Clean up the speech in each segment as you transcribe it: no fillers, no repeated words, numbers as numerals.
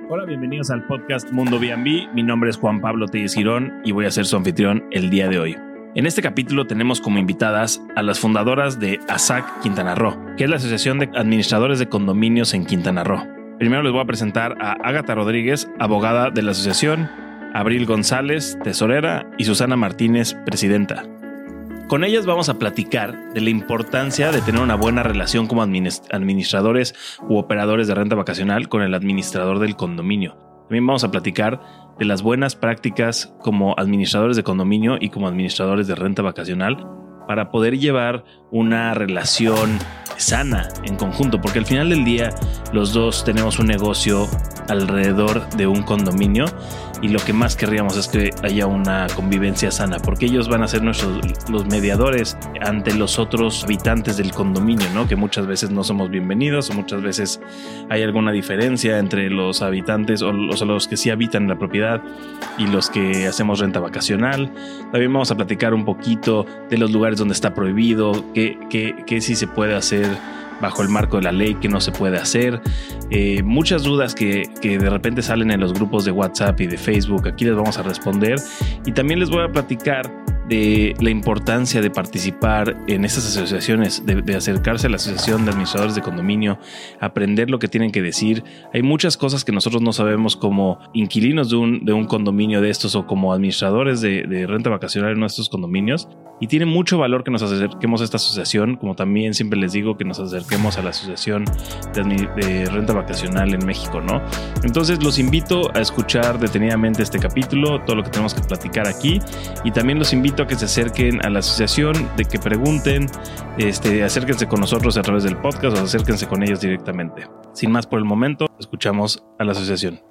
Hola, bienvenidos al podcast Mundo B&B. Mi nombre es Juan Pablo Telles Girón y voy a ser su anfitrión el día de hoy. En este capítulo tenemos como invitadas a las fundadoras de ASAC Quintana Roo, que es la Asociación de Administradores de Condominios en Quintana Roo. Primero les voy a presentar a Ágata Rodríguez, abogada de la asociación, Abril González, tesorera, y Susana Martínez, presidenta. Con ellas vamos a platicar de la importancia de tener una buena relación como administradores u operadores de renta vacacional con el administrador del condominio. También vamos a platicar de las buenas prácticas como administradores de condominio y como administradores de renta vacacional para poder llevar una relación sana en conjunto, porque al final del día los dos tenemos un negocio alrededor de un condominio y lo que más querríamos es que haya una convivencia sana, porque ellos van a ser los mediadores ante los otros habitantes del condominio, ¿no? Que muchas veces no somos bienvenidos o muchas veces hay alguna diferencia entre los habitantes o los que sí habitan en la propiedad y los que hacemos renta vacacional. También vamos a platicar un poquito de los lugares donde está prohibido, qué sí se puede hacer bajo el marco de la ley, que no se puede hacer. Muchas dudas que de repente salen en los grupos de WhatsApp y de Facebook, aquí les vamos a responder. Y también les voy a platicar de la importancia de participar en estas asociaciones, de acercarse a la asociación de administradores de condominio, aprender lo que tienen que decir. Hay muchas cosas que nosotros no sabemos como inquilinos de un condominio de estos o como administradores de renta vacacional en nuestros condominios, y tiene mucho valor que nos acerquemos a esta asociación, como también siempre les digo que nos acerquemos a la asociación de renta vacacional en México, ¿no? Entonces los invito a escuchar detenidamente este capítulo, todo lo que tenemos que platicar aquí, y también los invito a que se acerquen a la asociación, de que pregunten, acérquense con nosotros a través del podcast o acérquense con ellos directamente. Sin más por el momento, escuchamos a la asociación.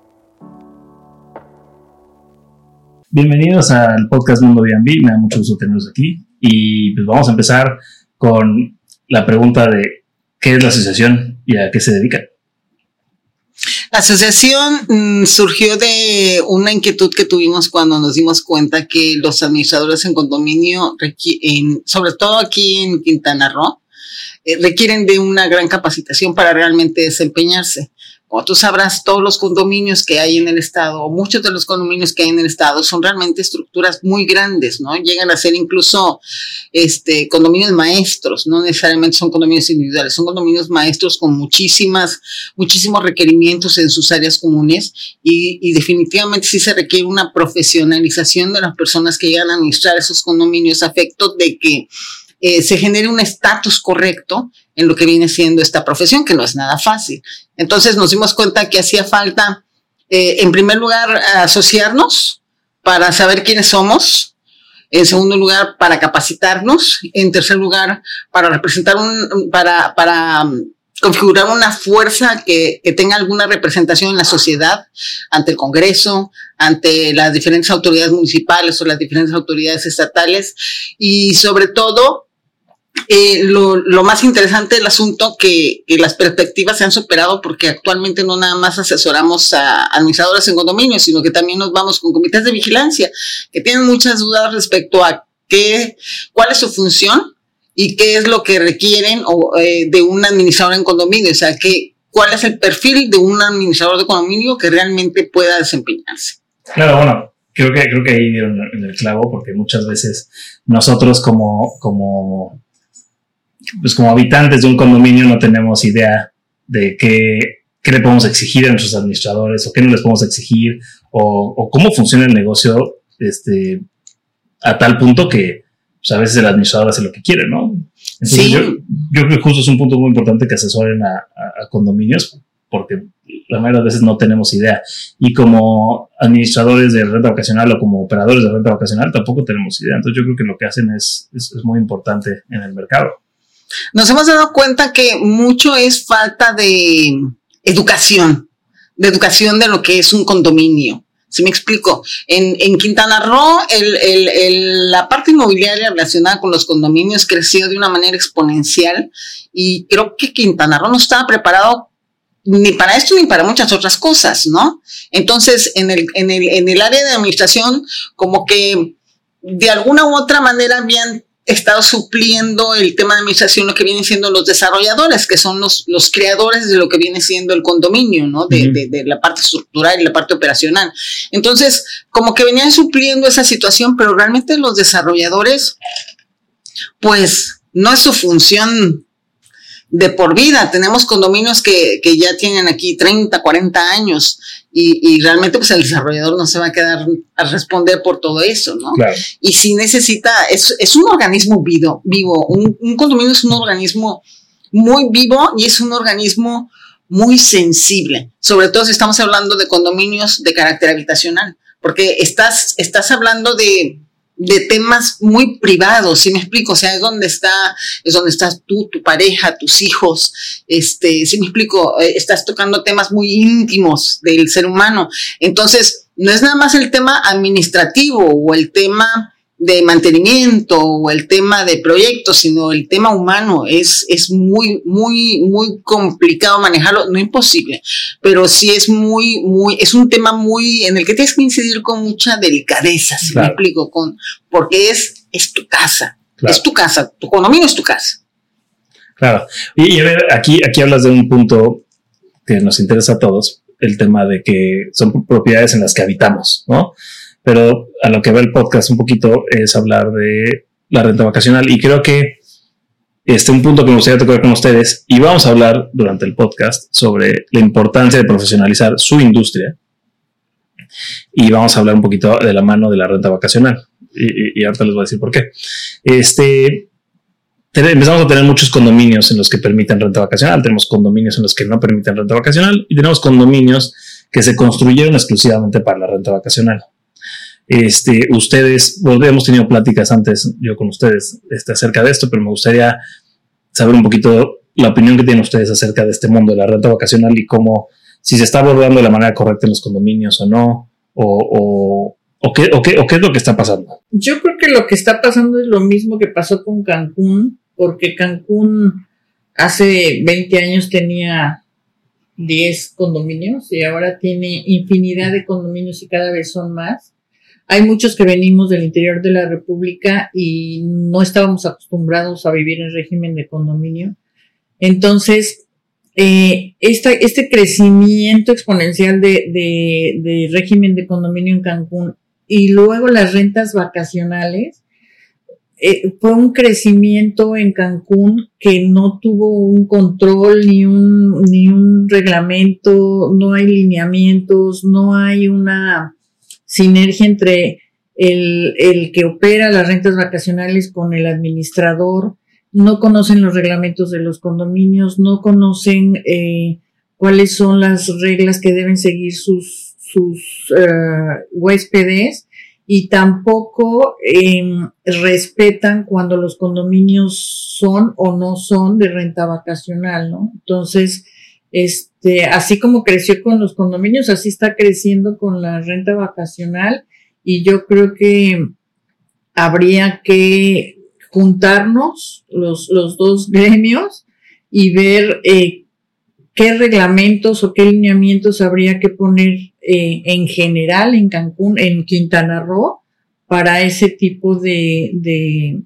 Bienvenidos al podcast Mundo B&B, me da mucho gusto tenerlos aquí y pues vamos a empezar con la pregunta de ¿qué es la asociación y a qué se dedica? La asociación surgió de una inquietud que tuvimos cuando nos dimos cuenta que los administradores en condominio, sobre todo aquí en Quintana Roo, requieren de una gran capacitación para realmente desempeñarse. Como tú sabrás, todos los condominios que hay en el estado, o muchos de los condominios que hay en el estado, son realmente estructuras muy grandes, ¿no? Llegan a ser incluso condominios maestros, no necesariamente son condominios individuales, son condominios maestros con muchísimos requerimientos en sus áreas comunes y definitivamente sí se requiere una profesionalización de las personas que llegan a administrar esos condominios a efecto de que se genere un estatus correcto en lo que viene siendo esta profesión, que no es nada fácil. Entonces nos dimos cuenta que hacía falta, en primer lugar, asociarnos para saber quiénes somos. En segundo lugar, para capacitarnos. En tercer lugar, para representar para configurar una fuerza que tenga alguna representación en la sociedad, ante el Congreso, ante las diferentes autoridades municipales o las diferentes autoridades estatales, y sobre todo, lo más interesante del asunto, que las perspectivas se han superado, porque actualmente no nada más asesoramos a administradores en condominios, sino que también nos vamos con comités de vigilancia que tienen muchas dudas respecto a cuál es su función y qué es lo que requieren de un administrador en condominio, o sea, cuál es el perfil de un administrador de condominio que realmente pueda desempeñarse. Claro, bueno, creo que ahí dieron en el clavo, porque muchas veces nosotros como habitantes de un condominio no tenemos idea de qué le podemos exigir a nuestros administradores o qué no les podemos exigir o cómo funciona el negocio a tal punto que pues, a veces el administrador hace lo que quiere, ¿no? Entonces sí. Yo creo que justo es un punto muy importante que asesoren a condominios, porque la mayoría de veces no tenemos idea, y como administradores de renta vacacional o como operadores de renta vacacional tampoco tenemos idea. Entonces yo creo que lo que hacen es muy importante en el mercado. Nos hemos dado cuenta que mucho es falta de educación de lo que es un condominio. ¿Sí me explico? En Quintana Roo, la parte inmobiliaria relacionada con los condominios creció de una manera exponencial, y creo que Quintana Roo no estaba preparado ni para esto ni para muchas otras cosas, ¿no? Entonces, en el área de administración, como que de alguna u otra manera habían estado supliendo el tema de administración lo que vienen siendo los desarrolladores, que son los creadores de lo que viene siendo el condominio, ¿no? De la parte estructural y la parte operacional. Entonces, como que venían supliendo esa situación, pero realmente los desarrolladores, pues, no es su función de por vida. Tenemos condominios que ya tienen aquí 30, 40 años y realmente pues el desarrollador no se va a quedar a responder por todo eso, ¿no? Claro. Y si necesita, es un organismo vivo. Un condominio es un organismo muy vivo y es un organismo muy sensible, sobre todo si estamos hablando de condominios de carácter habitacional, porque estás hablando de temas muy privados, ¿sí me explico? O sea, es donde estás tú, tu pareja, tus hijos, ¿sí me explico? Estás tocando temas muy íntimos del ser humano. Entonces, no es nada más el tema administrativo o el tema de mantenimiento o el tema de proyectos, sino el tema humano. Es muy, muy, muy complicado manejarlo, no imposible, pero sí es es un tema muy, en el que tienes que incidir con mucha delicadeza, si claro. me explico, porque es tu casa, claro. Es tu casa, tu condominio es tu casa. Claro, y a ver, aquí hablas de un punto que nos interesa a todos, el tema de que son propiedades en las que habitamos, ¿no? Pero a lo que va el podcast un poquito es hablar de la renta vacacional y creo que un punto que me gustaría tocar con ustedes, y vamos a hablar durante el podcast sobre la importancia de profesionalizar su industria y vamos a hablar un poquito de la mano de la renta vacacional y ahorita les voy a decir por qué. Empezamos a tener muchos condominios en los que permiten renta vacacional, tenemos condominios en los que no permiten renta vacacional y tenemos condominios que se construyeron exclusivamente para la renta vacacional. Ustedes, hemos tenido pláticas antes yo con ustedes acerca de esto, pero me gustaría saber un poquito la opinión que tienen ustedes acerca de este mundo de la renta vacacional y cómo, si se está abordando de la manera correcta en los condominios o no, o qué es lo que está pasando. Yo creo que lo que está pasando es lo mismo que pasó con Cancún, porque Cancún hace 20 años tenía 10 condominios y ahora tiene infinidad de condominios y cada vez son más. Hay muchos que venimos del interior de la República y no estábamos acostumbrados a vivir en régimen de condominio. Entonces, este crecimiento exponencial de régimen de condominio en Cancún y luego las rentas vacacionales, fue un crecimiento en Cancún que no tuvo un control ni un reglamento, no hay lineamientos, no hay una sinergia entre el que opera las rentas vacacionales con el administrador. No conocen los reglamentos de los condominios, no conocen cuáles son las reglas que deben seguir sus huéspedes y tampoco respetan cuando los condominios son o no son de renta vacacional, ¿no? Entonces, así como creció con los condominios, así está creciendo con la renta vacacional y yo creo que habría que juntarnos los dos gremios y ver qué reglamentos o qué lineamientos habría que poner en general en Cancún, en Quintana Roo, para ese tipo de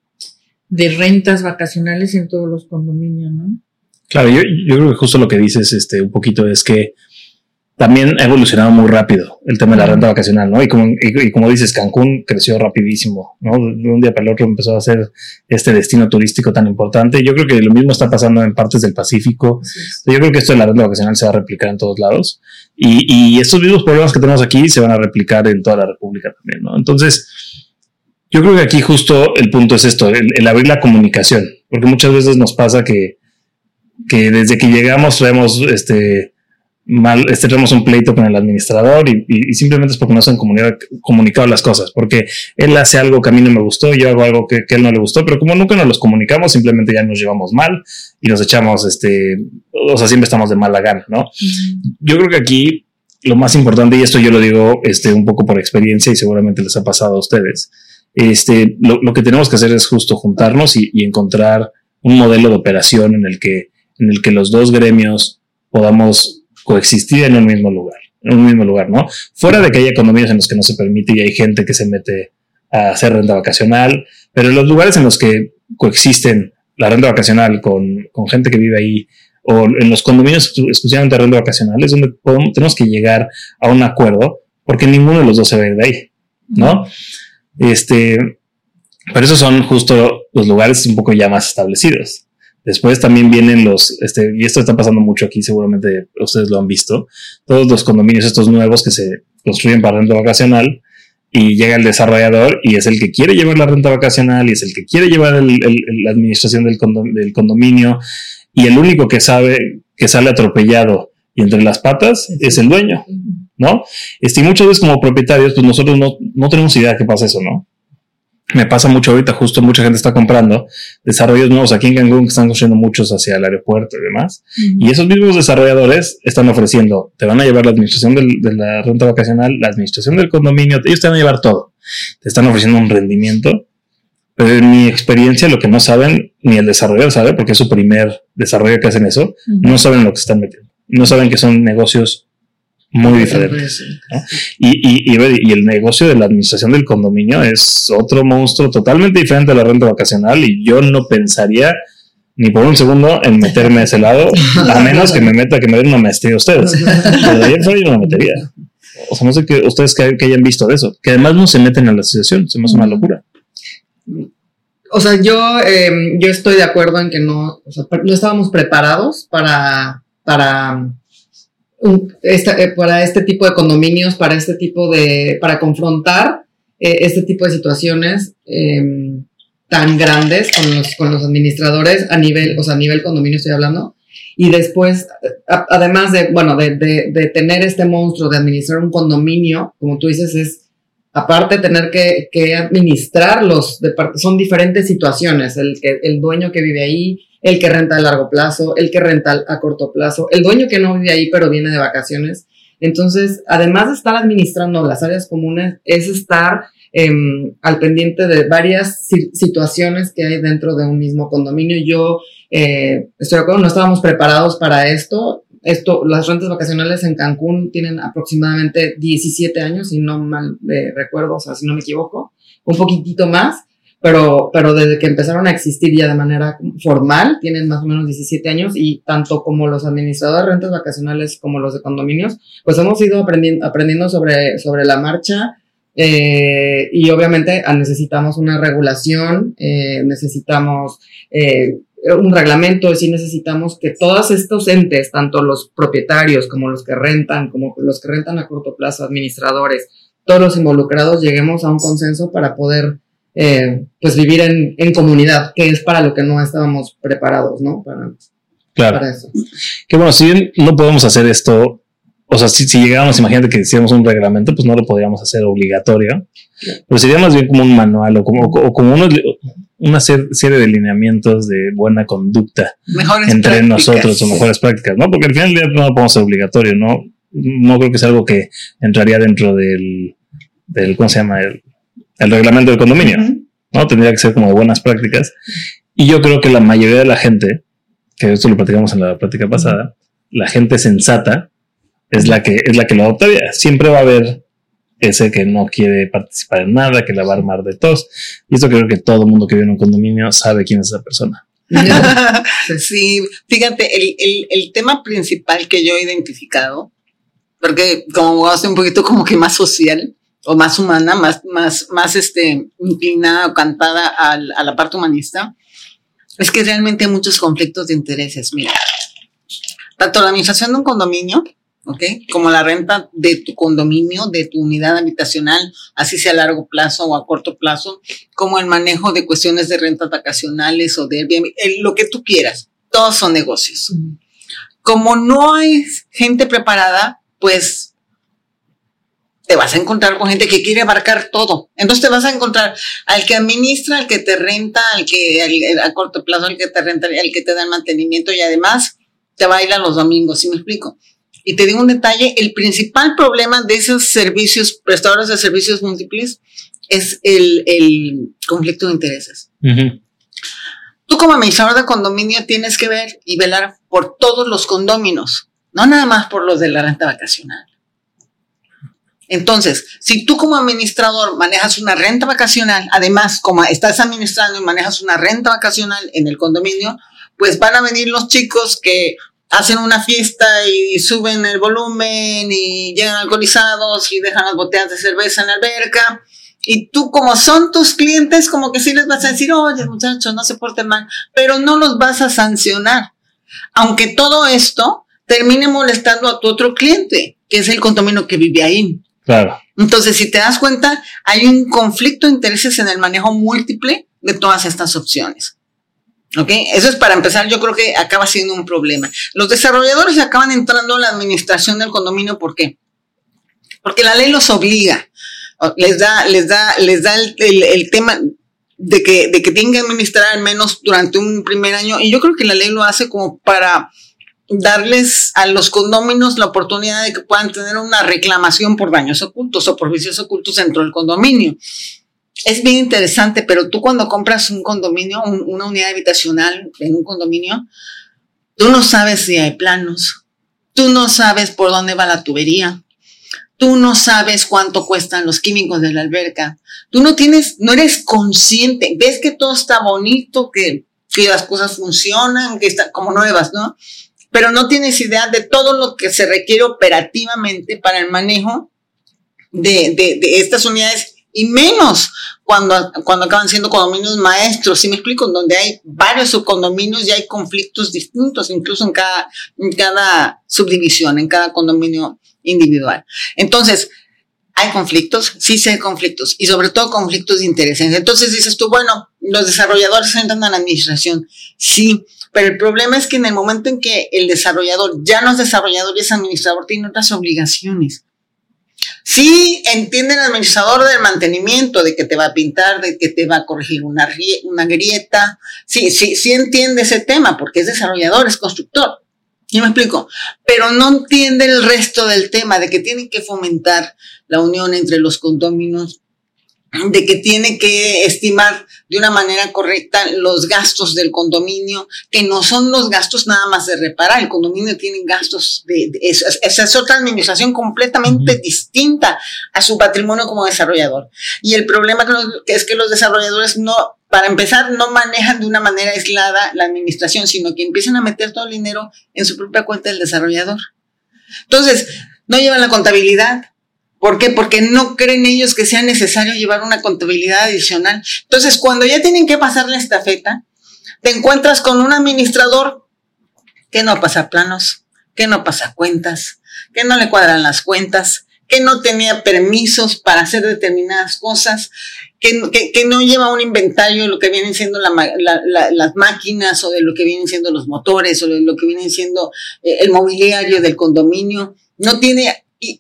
rentas vacacionales en todos los condominios, ¿no? Claro, yo creo que justo lo que dices un poquito es que también ha evolucionado muy rápido el tema de la renta vacacional, ¿no? Y como dices, Cancún creció rapidísimo, ¿no? De un día para el otro empezó a ser este destino turístico tan importante. Yo creo que lo mismo está pasando en partes del Pacífico. Sí. Yo creo que esto de la renta vacacional se va a replicar en todos lados. Y estos mismos problemas que tenemos aquí se van a replicar en toda la República también, ¿no? Entonces, yo creo que aquí justo el punto es esto, el abrir la comunicación. Porque muchas veces nos pasa que desde que llegamos traemos tenemos un pleito con el administrador y simplemente es porque no se han comunicado las cosas, porque él hace algo que a mí no me gustó y yo hago algo que a él no le gustó, pero como nunca nos los comunicamos, simplemente ya nos llevamos mal y nos echamos, siempre estamos de mala gana, ¿no? Yo creo que aquí lo más importante, y esto yo lo digo un poco por experiencia y seguramente les ha pasado a ustedes, lo que tenemos que hacer es justo juntarnos y encontrar un modelo de operación en el que los dos gremios podamos coexistir en un mismo lugar, ¿no? Fuera de que haya condominios en los que no se permite y hay gente que se mete a hacer renta vacacional, pero los lugares en los que coexisten la renta vacacional con gente que vive ahí, o en los condominios exclusivamente de renta vacacional, es donde tenemos que llegar a un acuerdo, porque ninguno de los dos se va a ir de ahí, ¿no? Pero esos son justo los lugares un poco ya más establecidos. Después también vienen y esto está pasando mucho aquí, seguramente ustedes lo han visto, todos los condominios estos nuevos que se construyen para renta vacacional, y llega el desarrollador y es el que quiere llevar la renta vacacional y es el que quiere llevar la administración del condominio, y el único que sabe que sale atropellado y entre las patas es el dueño, ¿no? Y muchas veces como propietarios, pues nosotros no tenemos idea de qué pasa eso, ¿no? Me pasa mucho ahorita, justo mucha gente está comprando desarrollos nuevos aquí en Cancún, que están construyendo muchos hacia el aeropuerto y demás. Y esos mismos desarrolladores están ofreciendo, te van a llevar la administración de la renta vacacional, la administración del condominio, ellos te van a llevar todo. Te están ofreciendo un rendimiento, pero en mi experiencia lo que no saben, ni el desarrollador sabe, porque es su primer desarrollo que hacen eso, no saben lo que están metiendo. No saben que son negocios muy diferentes, ¿no? Y el negocio de la administración del condominio es otro monstruo totalmente diferente a la renta vacacional, y yo no pensaría ni por un segundo en meterme a ese lado, a menos que me den una maestría ustedes. Pero de ahí afuera yo no me metería. O sea, no sé que ustedes que hayan visto de eso, que además no se meten a la asociación, se me hace una locura. O sea, yo estoy de acuerdo en que no estábamos preparados para este tipo de condominios, para confrontar este tipo de situaciones tan grandes con los administradores a nivel condominio estoy hablando. Y después, además de tener este monstruo de administrar un condominio, como tú dices, es aparte tener que administrar son diferentes situaciones, el dueño que vive ahí, el que renta a largo plazo, el que renta a corto plazo, el dueño que no vive ahí pero viene de vacaciones. Entonces, además de estar administrando las áreas comunes, es estar al pendiente de varias situaciones que hay dentro de un mismo condominio. Yo estoy de acuerdo, no estábamos preparados para esto. Las rentas vacacionales en Cancún tienen aproximadamente 17 años, si no mal recuerdo, o sea, si no me equivoco, un poquitito más. Pero desde que empezaron a existir ya de manera formal, tienen más o menos 17 años, y tanto como los administradores de rentas vacacionales como los de condominios, pues hemos ido aprendiendo sobre la marcha, y obviamente necesitamos una regulación, necesitamos un reglamento, y sí necesitamos que todos estos entes, tanto los propietarios como los que rentan a corto plazo, administradores, todos los involucrados, lleguemos a un consenso para poder pues vivir en comunidad, que es para lo que no estábamos preparados, ¿no? Para eso. Que bueno, si bien no podemos hacer esto, o sea, si llegáramos, imagínate que hiciéramos un reglamento, pues no lo podríamos hacer obligatorio, pero sería más bien como un manual o como una serie de lineamientos de buena conducta mejores entre prácticas. Nosotros, o mejores prácticas, ¿no? Porque al final del día no lo podemos hacer obligatorio, no creo que sea algo que entraría dentro del ¿cómo se llama? El reglamento del condominio, ¿no? Tendría que ser como de buenas prácticas. Y yo creo que la mayoría de la gente, que esto lo platicamos en la plática pasada, la gente sensata es la que lo adoptaría. Siempre va a haber ese que no quiere participar en nada, que la va a armar de tos. Y esto creo que todo el mundo que vive en un condominio sabe quién es esa persona. Sí, fíjate, el tema principal que yo he identificado, porque como hace un poquito como que más social, o más humana, más inclinada o cantada a la parte humanista, es que realmente hay muchos conflictos de intereses. Mira, tanto la administración de un condominio, ¿okay?, como la renta de tu condominio, de tu unidad habitacional, así sea a largo plazo o a corto plazo, como el manejo de cuestiones de rentas vacacionales o de Airbnb, lo que tú quieras, todos son negocios. Como no hay gente preparada, pues te vas a encontrar con gente que quiere abarcar todo. Entonces te vas a encontrar al que administra, al que te renta, a corto plazo, al que te renta, al que te da el mantenimiento, y además te baila los domingos, ¿sí me explico? Y te digo un detalle, el principal problema de esos servicios, prestadores de servicios múltiples, es el conflicto de intereses. Tú como administrador de condominio tienes que ver y velar por todos los condóminos, no nada más por los de la renta vacacional. Entonces, si tú como administrador manejas una renta vacacional, además, como estás administrando y manejas una renta vacacional en el condominio, pues van a venir los chicos que hacen una fiesta y suben el volumen y llegan alcoholizados y dejan las botellas de cerveza en la alberca. Y tú, como son tus clientes, como que sí les vas a decir, oye, muchachos, no se porten mal, pero no los vas a sancionar. Aunque todo esto termine molestando a tu otro cliente, que es el condominio que vive ahí. Claro. Entonces, si te das cuenta, hay un conflicto de intereses en el manejo múltiple de todas estas opciones. ¿Ok? Eso es para empezar, yo creo que acaba siendo un problema. Los desarrolladores acaban entrando a la administración del condominio, ¿por qué? Porque la ley los obliga. Les da el tema de que tienen que administrar al menos durante un primer año, y yo creo que la ley lo hace como para darles a los condóminos la oportunidad de que puedan tener una reclamación por daños ocultos o por vicios ocultos dentro del condominio. Es bien interesante, pero tú cuando compras un condominio, una unidad habitacional en un condominio, tú no sabes si hay planos, tú no sabes por dónde va la tubería, tú no sabes cuánto cuestan los químicos de la alberca. Tú no eres consciente. Ves que todo está bonito, que las cosas funcionan, que están como nuevas, ¿no? Pero no tienes idea de todo lo que se requiere operativamente para el manejo de estas unidades, y menos cuando acaban siendo condominios maestros, ¿sí me explico? Donde hay varios subcondominios y hay conflictos distintos, incluso en cada subdivisión, en cada condominio individual. Entonces, ¿hay conflictos? Sí, hay conflictos, y sobre todo conflictos de intereses. Entonces dices tú, bueno, los desarrolladores entran a la administración. Sí, pero el problema es que en el momento en que el desarrollador ya no es desarrollador y es administrador, tiene otras obligaciones. Sí, entiende el administrador del mantenimiento, de que te va a pintar, de que te va a corregir una grieta. Sí entiende ese tema, porque es desarrollador, es constructor. ¿Sí me explico? Pero no entiende el resto del tema, de que tiene que fomentar la unión entre los condóminos, de que tiene que estimar de una manera correcta los gastos del condominio, que no son los gastos nada más de reparar. El condominio tiene gastos esa es otra administración completamente distinta a su patrimonio como desarrollador. Y el problema es que los desarrolladores para empezar, no manejan de una manera aislada la administración, sino que empiezan a meter todo el dinero en su propia cuenta del desarrollador. Entonces, no llevan la contabilidad. ¿Por qué? Porque no creen ellos que sea necesario llevar una contabilidad adicional. Entonces, cuando ya tienen que pasar la estafeta, te encuentras con un administrador que no pasa planos, que no pasa cuentas, que no le cuadran las cuentas, que no tenía permisos para hacer determinadas cosas, que no lleva un inventario de lo que vienen siendo las máquinas, o de lo que vienen siendo los motores, o de lo que vienen siendo el mobiliario del condominio. No tiene...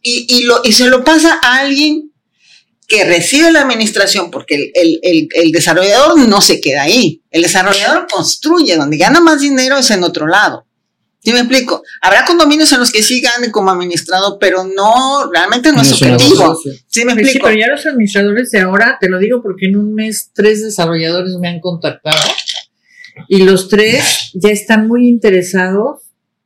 Y se lo pasa a alguien que recibe la administración, porque el desarrollador no se queda ahí. El desarrollador construye, donde gana más dinero es en otro lado. ¿Sí me explico? Habrá condominios en los que sí ganen como administrador, pero realmente no es su objetivo. ¿Sí me explico? Sí, pero ya los administradores de ahora, te lo digo porque en un mes 3 desarrolladores me han contactado, y los 3 ya están muy interesados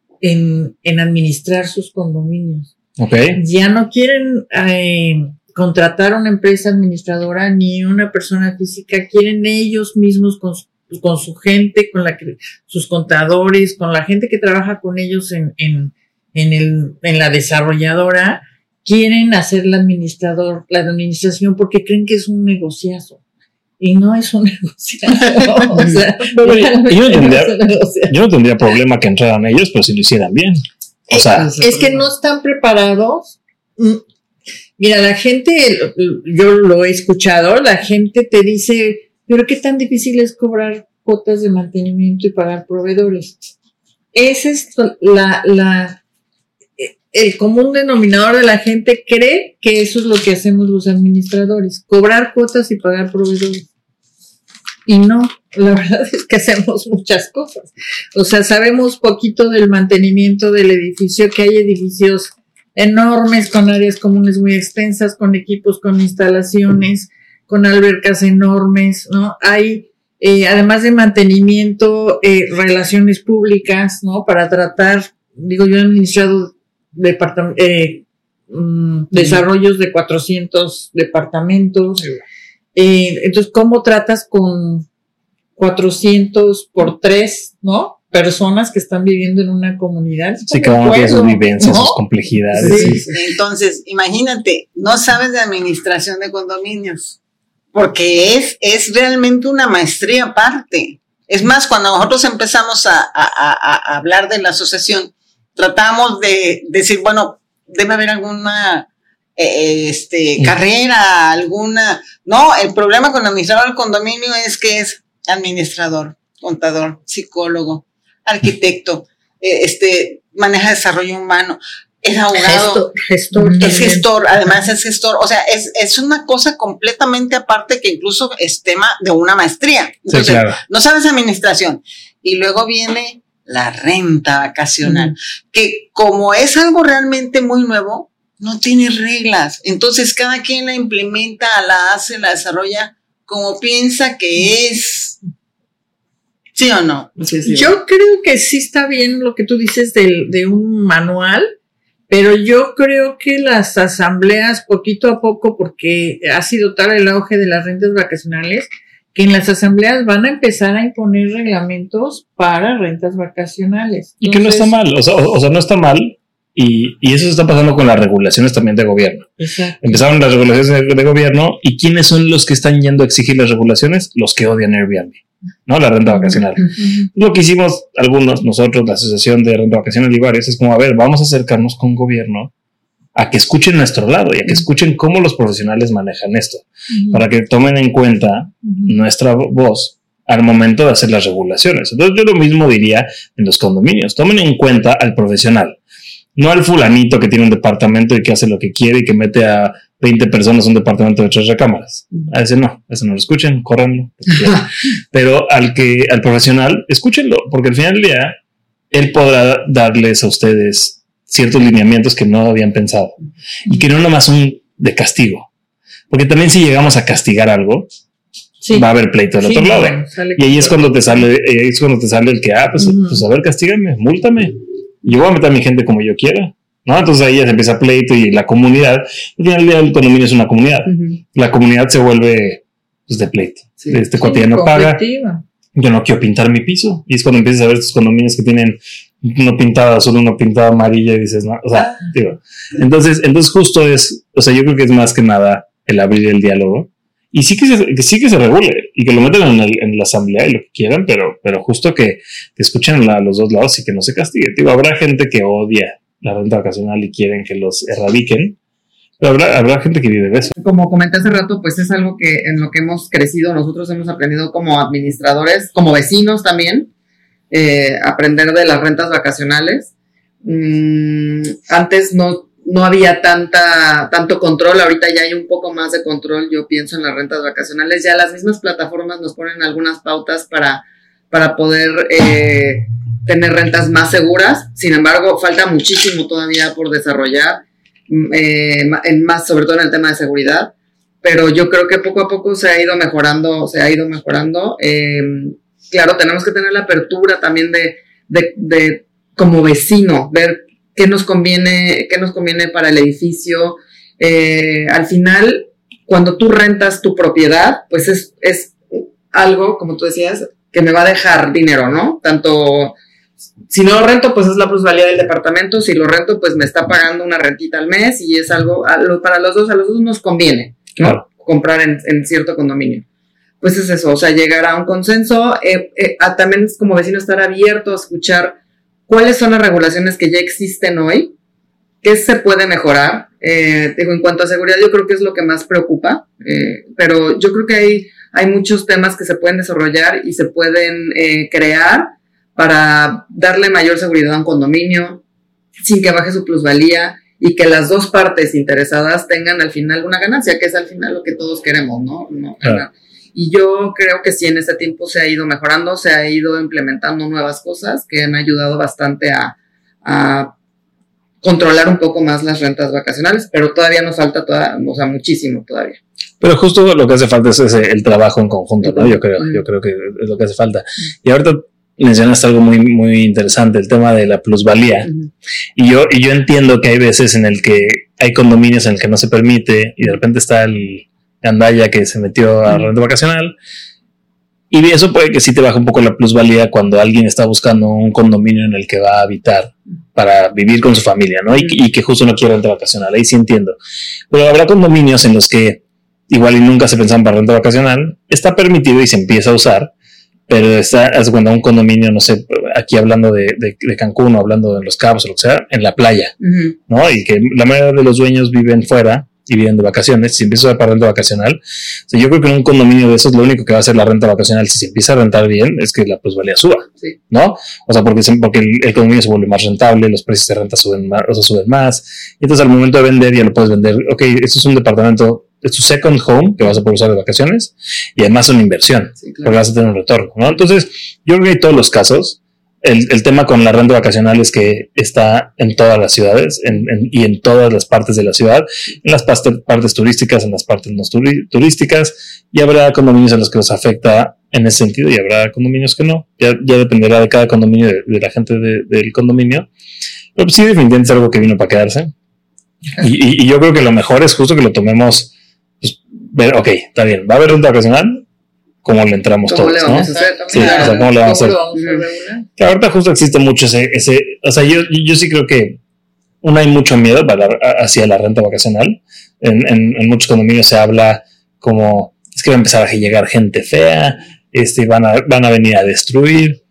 en administrar sus condominios. Okay. Ya no quieren contratar una empresa administradora ni una persona física, quieren ellos mismos con su gente, sus contadores, con la gente que trabaja con ellos en la desarrolladora, quieren hacer la administración porque creen que es un negociazo. Y no es un negociazo. O sea, yo no tendría problema que entraran ellos, pero si lo hicieran bien. O sea, es que no están preparados. Mira, la gente, yo lo he escuchado, la gente te dice, pero qué tan difícil es cobrar cuotas de mantenimiento y pagar proveedores. Ese es el común denominador de la gente, cree que eso es lo que hacemos los administradores, cobrar cuotas y pagar proveedores. Y no, la verdad es que hacemos muchas cosas. O sea, sabemos poquito del mantenimiento del edificio, que hay edificios enormes con áreas comunes muy extensas, con equipos, con instalaciones, con albercas enormes, ¿no? Hay, además de mantenimiento, relaciones públicas, ¿no? Para tratar, yo he administrado desarrollos de 400 departamentos. Entonces, ¿cómo tratas con 400 por 3, ¿no? Personas que están viviendo en una comunidad? Sí, cada uno tiene sus vivencias, ¿no? sus complejidades. Sí. Entonces, imagínate, no sabes de administración de condominios, porque es realmente una maestría aparte. Es más, cuando nosotros empezamos a hablar de la asociación, tratamos de decir, bueno, debe haber alguna carrera, alguna... No, el problema con el administrador del condominio es que es administrador, contador, psicólogo, arquitecto, maneja desarrollo humano, es abogado, gestor, es gestor, además es gestor, o sea, es una cosa completamente aparte que incluso es tema de una maestría. Entonces, sí, claro. No sabes administración. Y luego viene la renta vacacional, que como es algo realmente muy nuevo, no tiene reglas. Entonces, cada quien la implementa, la hace, la desarrolla como piensa que es. ¿Sí o no? Sí. Yo creo que sí está bien lo que tú dices de un manual, pero yo creo que las asambleas poquito a poco, porque ha sido tal el auge de las rentas vacacionales, que en las asambleas van a empezar a imponer reglamentos para rentas vacacionales. Y que no está mal, o sea, no está mal, y eso se está pasando con las regulaciones también de gobierno. Exacto. Empezaron las regulaciones de gobierno, ¿y quiénes son los que están yendo a exigir las regulaciones? Los que odian Airbnb, ¿no? La renta vacacional. Lo que hicimos nosotros, la Asociación de Renta Vacacional y varios, es como, a ver, vamos a acercarnos con gobierno a que escuchen nuestro lado y a que escuchen cómo los profesionales manejan esto, para que tomen en cuenta nuestra voz al momento de hacer las regulaciones. Entonces yo lo mismo diría en los condominios, tomen en cuenta al profesional, no al fulanito que tiene un departamento y que hace lo que quiere y que mete a 20 personas en un departamento de 3 recámaras. A ese no lo escuchen, córranlo. Pero al profesional, escúchenlo, porque al final del día, él podrá darles a ustedes ciertos lineamientos que no habían pensado y que no nomás son de castigo, porque también si llegamos a castigar algo, va a haber pleito del otro lado. Bueno, y ahí es cuando te sale el que, pues a ver, castígame, múltame. Yo voy a meter a mi gente como yo quiera, ¿no? Entonces ahí ya se empieza pleito y la comunidad, al final del día el condominio es una comunidad. La comunidad se vuelve pues, de pleito. Cuate ya no paga. Yo no quiero pintar mi piso. Y es cuando empiezas a ver estos condominios que tienen uno pintado azul, uno pintado amarilla y dices, no, o sea, digo. Entonces justo es, o sea, yo creo que es más que nada el abrir el diálogo. Y sí que se regule y que lo metan en la asamblea y lo que quieran, pero justo que escuchen a los dos lados y que no se castigue. Digo, habrá gente que odia la renta vacacional y quieren que los erradiquen, pero habrá gente que vive de eso. Como comenté hace rato, pues es algo que en lo que hemos crecido, nosotros hemos aprendido como administradores, como vecinos también, aprender de las rentas vacacionales. Antes no había tanto control, ahorita ya hay un poco más de control, yo pienso en las rentas vacacionales, ya las mismas plataformas nos ponen algunas pautas para poder tener rentas más seguras. Sin embargo, falta muchísimo todavía por desarrollar, más sobre todo en el tema de seguridad, pero yo creo que poco a poco se ha ido mejorando. Claro, tenemos que tener la apertura también de como vecino, ver qué nos conviene para el edificio. Al final, cuando tú rentas tu propiedad, pues es algo, como tú decías, que me va a dejar dinero, ¿no? Tanto, si no lo rento, pues es la plusvalía del departamento. Si lo rento, pues me está pagando una rentita al mes y es algo, para a los dos nos conviene, ¿no? Claro. Comprar en cierto condominio. Pues es eso, o sea, llegar a un consenso. También es como vecino estar abierto a escuchar cuáles son las regulaciones que ya existen hoy, qué se puede mejorar. En cuanto a seguridad, yo creo que es lo que más preocupa, pero yo creo que hay muchos temas que se pueden desarrollar y se pueden crear para darle mayor seguridad a un condominio sin que baje su plusvalía y que las dos partes interesadas tengan al final una ganancia, que es al final lo que todos queremos, ¿no? Claro. Y yo creo que sí, en este tiempo se ha ido mejorando, se ha ido implementando nuevas cosas que han ayudado bastante a controlar un poco más las rentas vacacionales, pero todavía nos falta muchísimo todavía. Pero justo lo que hace falta es el trabajo en conjunto, ¿no? Yo creo que es lo que hace falta. Y ahorita mencionaste algo muy, muy interesante, el tema de la plusvalía. Y yo entiendo que hay veces en el que hay condominios en el que no se permite y de repente está el gandalla que se metió a renta vacacional. Y eso puede que sí te baje un poco la plusvalía cuando alguien está buscando un condominio en el que va a habitar para vivir con su familia, ¿no? Y que justo no quiere renta vacacional. Ahí sí entiendo. Pero habrá condominios en los que igual y nunca se pensaban para renta vacacional. Está permitido y se empieza a usar. Pero está, cuando un condominio, no sé, aquí hablando de Cancún o hablando de Los Cabos o lo que sea, en la playa, ¿no? Y que la mayoría de los dueños viven fuera y viven de vacaciones. Si empieza a pagar renta vacacional, o sea, yo creo que en un condominio de esos lo único que va a hacer la renta vacacional, si se empieza a rentar bien, es que la plusvalía suba, ¿no? O sea, porque el condominio se vuelve más rentable, los precios de renta suben más, y entonces al momento de vender ya lo puedes vender. Ok, esto es un departamento, es tu second home que vas a poder usar de vacaciones y además es una inversión, porque vas a tener un retorno, ¿no? Entonces, yo creo que en todos los casos, el tema con la renta vacacional es que está en todas las ciudades y en todas las partes de la ciudad, en las partes turísticas, en las partes no turísticas, y habrá condominios a los que los afecta en ese sentido y habrá condominios que no. Ya dependerá de cada condominio, de la gente del condominio. Pero pues sí, definitivamente es algo que vino para quedarse. Y yo creo que lo mejor es justo que lo tomemos, pues, ver, ok, está bien, va a haber renta vacacional, ¿cómo le entramos todos? ¿Cómo le vamos a hacer? Sí, o sea, ¿cómo le vamos a hacer? Que ahorita justo existe mucho ese o sea, yo sí creo que hay mucho miedo hacia la renta vacacional. En muchos condominios se habla como, es que va a empezar a llegar gente fea, van a venir a destruir,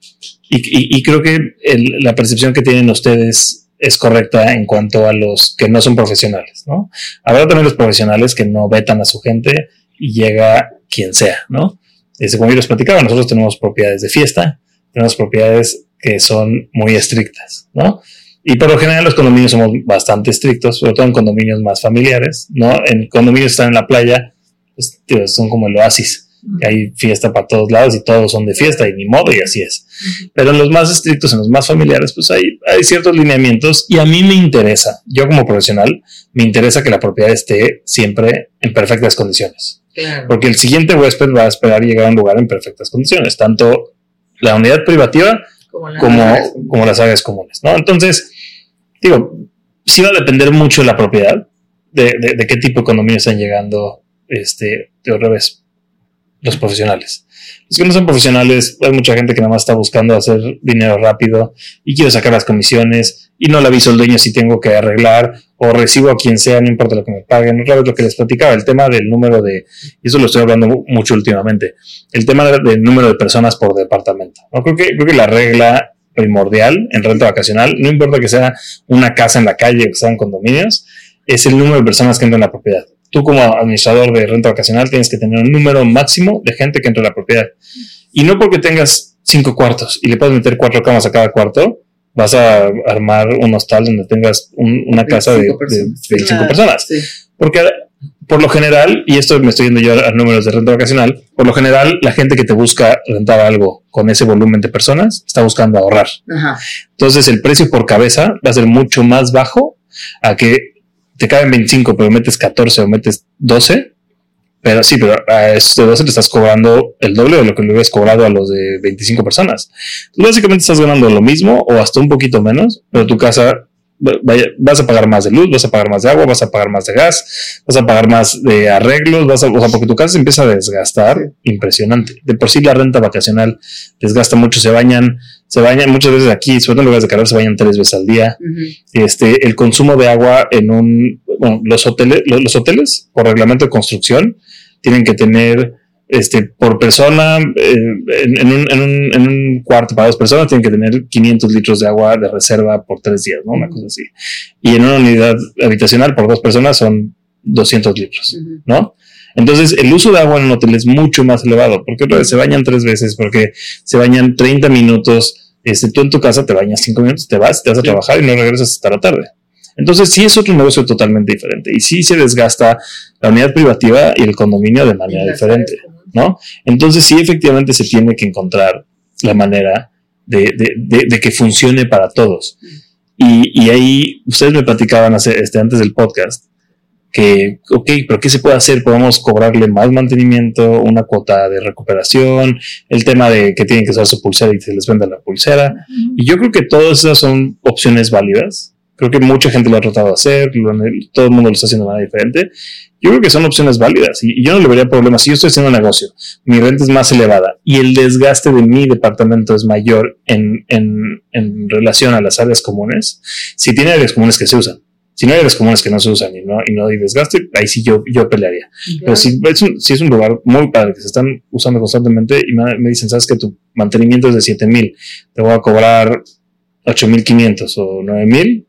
y creo que la percepción que tienen ustedes es correcta en cuanto a los que no son profesionales, ¿no? Habrá también los profesionales que no vetan a su gente y llega quien sea, ¿no? Como yo les platicaba, nosotros tenemos propiedades de fiesta, tenemos propiedades que son muy estrictas, ¿no? Y por lo general los condominios somos bastante estrictos, sobre todo en condominios más familiares, ¿no? En condominios que están en la playa, pues, tío, son como el oasis. Hay fiesta para todos lados y todos son de fiesta y ni modo, y así es. Pero en los más estrictos, en los más familiares, pues hay ciertos lineamientos, y a mí me interesa, yo como profesional, me interesa que la propiedad esté siempre en perfectas condiciones. Claro. Porque el siguiente huésped va a esperar llegar a un lugar en perfectas condiciones, tanto la unidad privativa como las áreas comunes, ¿no? Entonces, digo, sí va a depender mucho de la propiedad, de qué tipo de condominio están llegando, de otra vez, los profesionales. Los que no son profesionales, hay mucha gente que nada más está buscando hacer dinero rápido y quiero sacar las comisiones y no le aviso al dueño si tengo que arreglar o recibo a quien sea, no importa lo que me paguen. Otra vez lo que les platicaba, el tema del número y eso lo estoy hablando mucho últimamente, el tema del número de personas por departamento, ¿no? Creo que la regla primordial en renta vacacional, no importa que sea una casa en la calle o que sean condominios, es el número de personas que entran en la propiedad. Tú como administrador de renta vacacional tienes que tener un número máximo de gente que entre a la propiedad. Y no porque tengas 5 cuartos y le puedes meter 4 camas a cada cuarto, vas a armar un hostal donde tengas una casa de 25 personas. Sí. Porque por lo general, y esto me estoy yendo yo a números de renta vacacional, por lo general la gente que te busca rentar algo con ese volumen de personas está buscando ahorrar. Ajá. Entonces el precio por cabeza va a ser mucho más bajo a que te caben 25, pero metes 14 o metes 12, pero a estos 12 le estás cobrando el doble de lo que le hubieras cobrado a los de 25 personas. Entonces, básicamente estás ganando lo mismo o hasta un poquito menos, pero tu casa vas a pagar más de luz, vas a pagar más de agua, vas a pagar más de gas, vas a pagar más de arreglos, o sea, porque tu casa se empieza a desgastar impresionante. De por sí la renta vacacional desgasta mucho, se bañan muchas veces aquí, sobre todo en lugares de calor, se bañan 3 veces al día. El consumo de agua los hoteles, por reglamento de construcción, tienen que tener por persona, en un cuarto para 2 personas, tienen que tener 500 litros de agua de reserva por 3 días, ¿no? Una cosa así. Y en una unidad habitacional por 2 personas son 200 litros, ¿no? Entonces, el uso de agua en un hotel es mucho más elevado, porque se bañan 3 veces, porque se bañan 30 minutos. Tú en tu casa te bañas 5 minutos, te vas a trabajar y no regresas hasta la tarde. Entonces, sí es otro negocio totalmente diferente y sí se desgasta la unidad privativa y el condominio de manera diferente, ¿no? Entonces, sí, efectivamente se tiene que encontrar la manera de que funcione para todos. Y ahí, ustedes me platicaban antes del podcast, ok, pero ¿qué se puede hacer? Podemos cobrarle más mantenimiento, una cuota de recuperación, el tema de que tienen que usar su pulsera y se les venda la pulsera. Y yo creo que todas esas son opciones válidas. Creo que mucha gente lo ha tratado de hacer, todo el mundo lo está haciendo de manera diferente. Yo creo que son opciones válidas y yo no le vería problema. Si yo estoy haciendo un negocio, mi renta es más elevada y el desgaste de mi departamento es mayor en relación a las áreas comunes, si tiene áreas comunes que se usan, si no hay áreas comunes que no se usan y no hay desgaste, ahí sí yo pelearía. Yeah. Pero si es un lugar muy padre que se están usando constantemente y me dicen, ¿sabes que tu mantenimiento es de 7,000? Te voy a cobrar 8,500 o 9,000.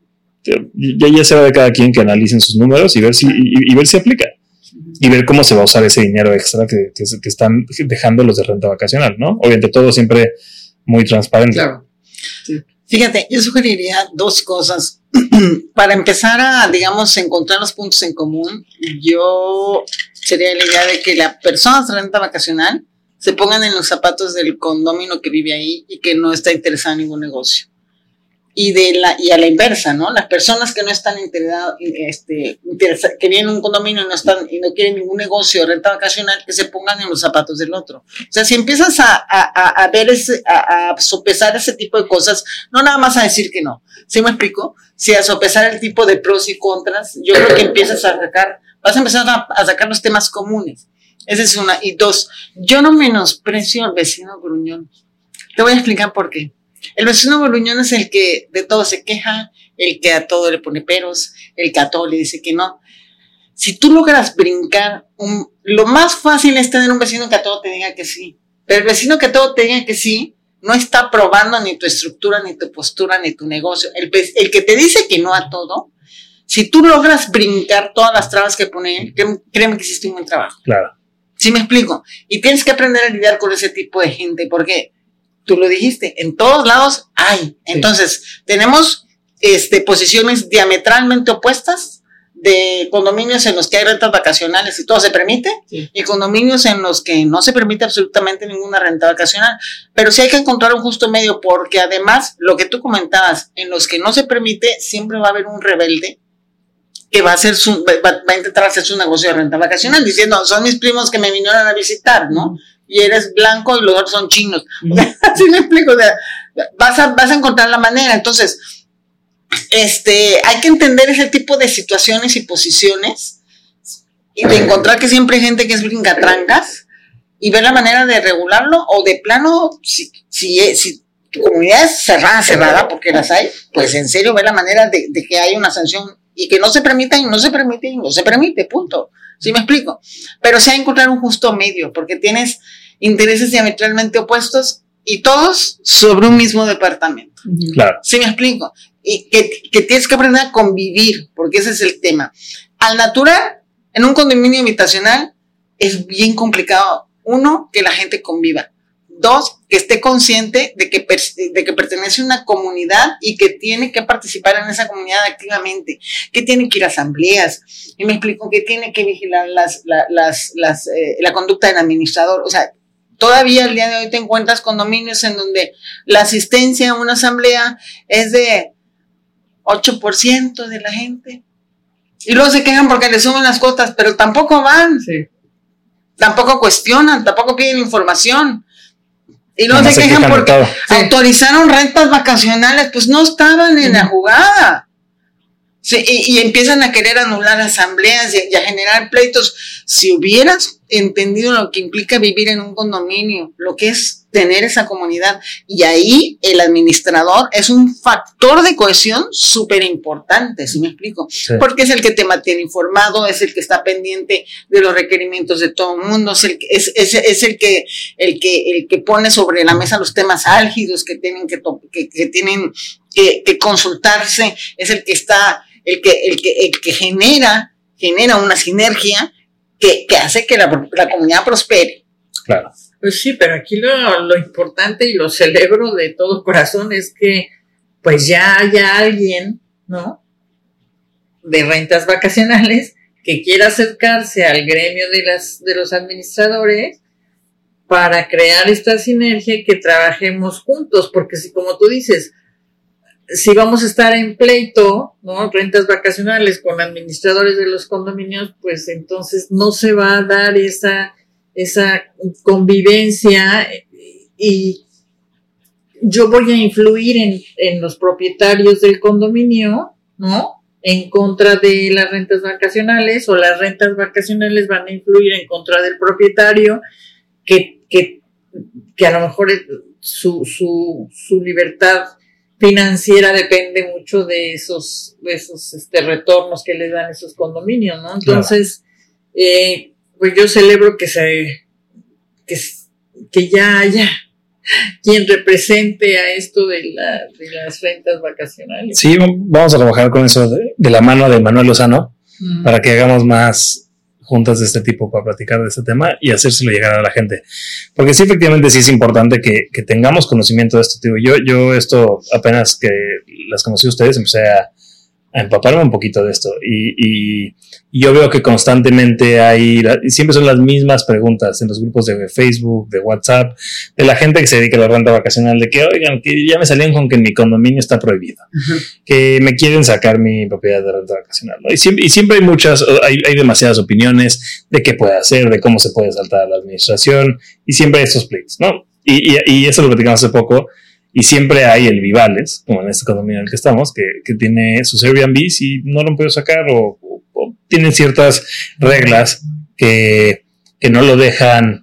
Ya será de cada quien que analicen sus números y ver si aplica y ver cómo se va a usar ese dinero extra que están dejando los de renta vacacional, ¿no? Obviamente todo siempre muy transparente. Claro. Sí. Fíjate, yo sugeriría dos cosas. Para empezar a, digamos, encontrar los puntos en común, yo sería la idea de que las personas de renta vacacional se pongan en los zapatos del condominio que vive ahí y que no está interesado en ningún negocio. Y a la inversa, ¿no? Las personas que no están interesadas, que vienen a un condominio y no quieren ningún negocio de renta vacacional, que se pongan en los zapatos del otro. O sea, si empiezas a ver a sopesar ese tipo de cosas, no nada más a decir que no. ¿Sí me explico? Si a sopesar el tipo de pros y contras, yo creo que vas a empezar a sacar los temas comunes. Esa es una. Y dos, yo no menosprecio al vecino gruñón. Te voy a explicar por qué. El vecino gruñón es el que de todo se queja, el que a todo le pone peros, el que a todo le dice que no. Si tú logras brincar, lo más fácil es tener un vecino que a todo te diga que sí. Pero el vecino que a todo te diga que sí, no está probando ni tu estructura, ni tu postura, ni tu negocio. El que te dice que no a todo, si tú logras brincar todas las trabas que pone él, créeme que hiciste un buen trabajo. Claro. ¿Sí me explico? Y tienes que aprender a lidiar con ese tipo de gente, porque tú lo dijiste, en todos lados hay. Entonces, tenemos posiciones diametralmente opuestas de condominios en los que hay rentas vacacionales y todo se permite, y condominios en los que no se permite absolutamente ninguna renta vacacional. Pero sí hay que encontrar un justo medio, porque además, lo que tú comentabas, en los que no se permite, siempre va a haber un rebelde que va a intentar hacer su negocio de renta vacacional, diciendo, son mis primos que me vinieron a visitar, ¿no? Y eres blanco y los otros son chinos. ¿Sí me explico? O sea, vas a encontrar la manera. Entonces, hay que entender ese tipo de situaciones y posiciones y de encontrar que siempre hay gente que es brincatrancas y ver la manera de regularlo, o de plano, si tu comunidad es cerrada, porque las hay, pues en serio ver la manera de que haya una sanción y que no se permita y no se permite y no se permite, punto. ¿Sí me explico? Pero sí hay que encontrar un justo medio, porque tienes intereses diametralmente opuestos y todos sobre un mismo departamento. Claro. ¿Sí me explico? Y que tienes que aprender a convivir, porque ese es el tema. Al natural, en un condominio habitacional, es bien complicado. Uno, que la gente conviva. Dos, que esté consciente de que pertenece a una comunidad y que tiene que participar en esa comunidad activamente, que tiene que ir a asambleas, y me explico, que tiene que vigilar la conducta del administrador. O sea, todavía al día de hoy te encuentras condominios en donde la asistencia a una asamblea es de 8% de la gente, y luego se quejan porque le suben las cuotas, pero tampoco van, tampoco cuestionan, tampoco piden información. Y luego se quejan porque autorizaron rentas vacacionales, pues no estaban en la jugada. Sí, y empiezan a querer anular asambleas y a generar pleitos. Si hubieras entendido lo que implica vivir en un condominio, lo que es tener esa comunidad, y ahí el administrador es un factor de cohesión súper importante, ¿sí me explico? Sí. Porque es el que te mantiene informado, es el que está pendiente de los requerimientos de todo el mundo, es el que pone sobre la mesa los temas álgidos que tienen que consultarse, es el que está, el que genera una sinergia que hace que la comunidad prospere. Claro. Pues sí, pero aquí lo importante, y lo celebro de todo corazón, es que pues ya haya alguien, ¿no?, de rentas vacacionales que quiera acercarse al gremio de los administradores para crear esta sinergia y que trabajemos juntos, porque si, como tú dices, si vamos a estar en pleito, ¿no? Rentas vacacionales con administradores de los condominios, pues entonces no se va a dar esa convivencia y yo voy a influir en los propietarios del condominio, ¿no? En contra de las rentas vacacionales, o las rentas vacacionales van a influir en contra del propietario que a lo mejor su libertad financiera depende mucho de esos retornos que les dan esos condominios, ¿no? Entonces, pues yo celebro que ya haya quien represente a esto de las rentas vacacionales. Sí, vamos a trabajar con eso de la mano de Manuel Lozano para que hagamos más juntas de este tipo para platicar de este tema y hacérselo llegar a la gente. Porque sí, efectivamente, sí es importante que tengamos conocimiento de esto. Yo esto, apenas que las conocí a ustedes, empecé a empaparme un poquito de esto y yo veo que constantemente siempre son las mismas preguntas en los grupos de Facebook, de WhatsApp, de la gente que se dedica a la renta vacacional, de que oigan, que ya me salieron con que mi condominio está prohibido, que me quieren sacar mi propiedad de renta vacacional, ¿no? Y siempre hay demasiadas opiniones de qué puede hacer, de cómo se puede saltar a la administración, y siempre hay estos pleitos, ¿no? Y eso lo platicamos hace poco. Y siempre hay el Vivales, como en este condominio en el que estamos, que tiene sus Airbnbs y no lo han podido sacar o tienen ciertas reglas que no lo dejan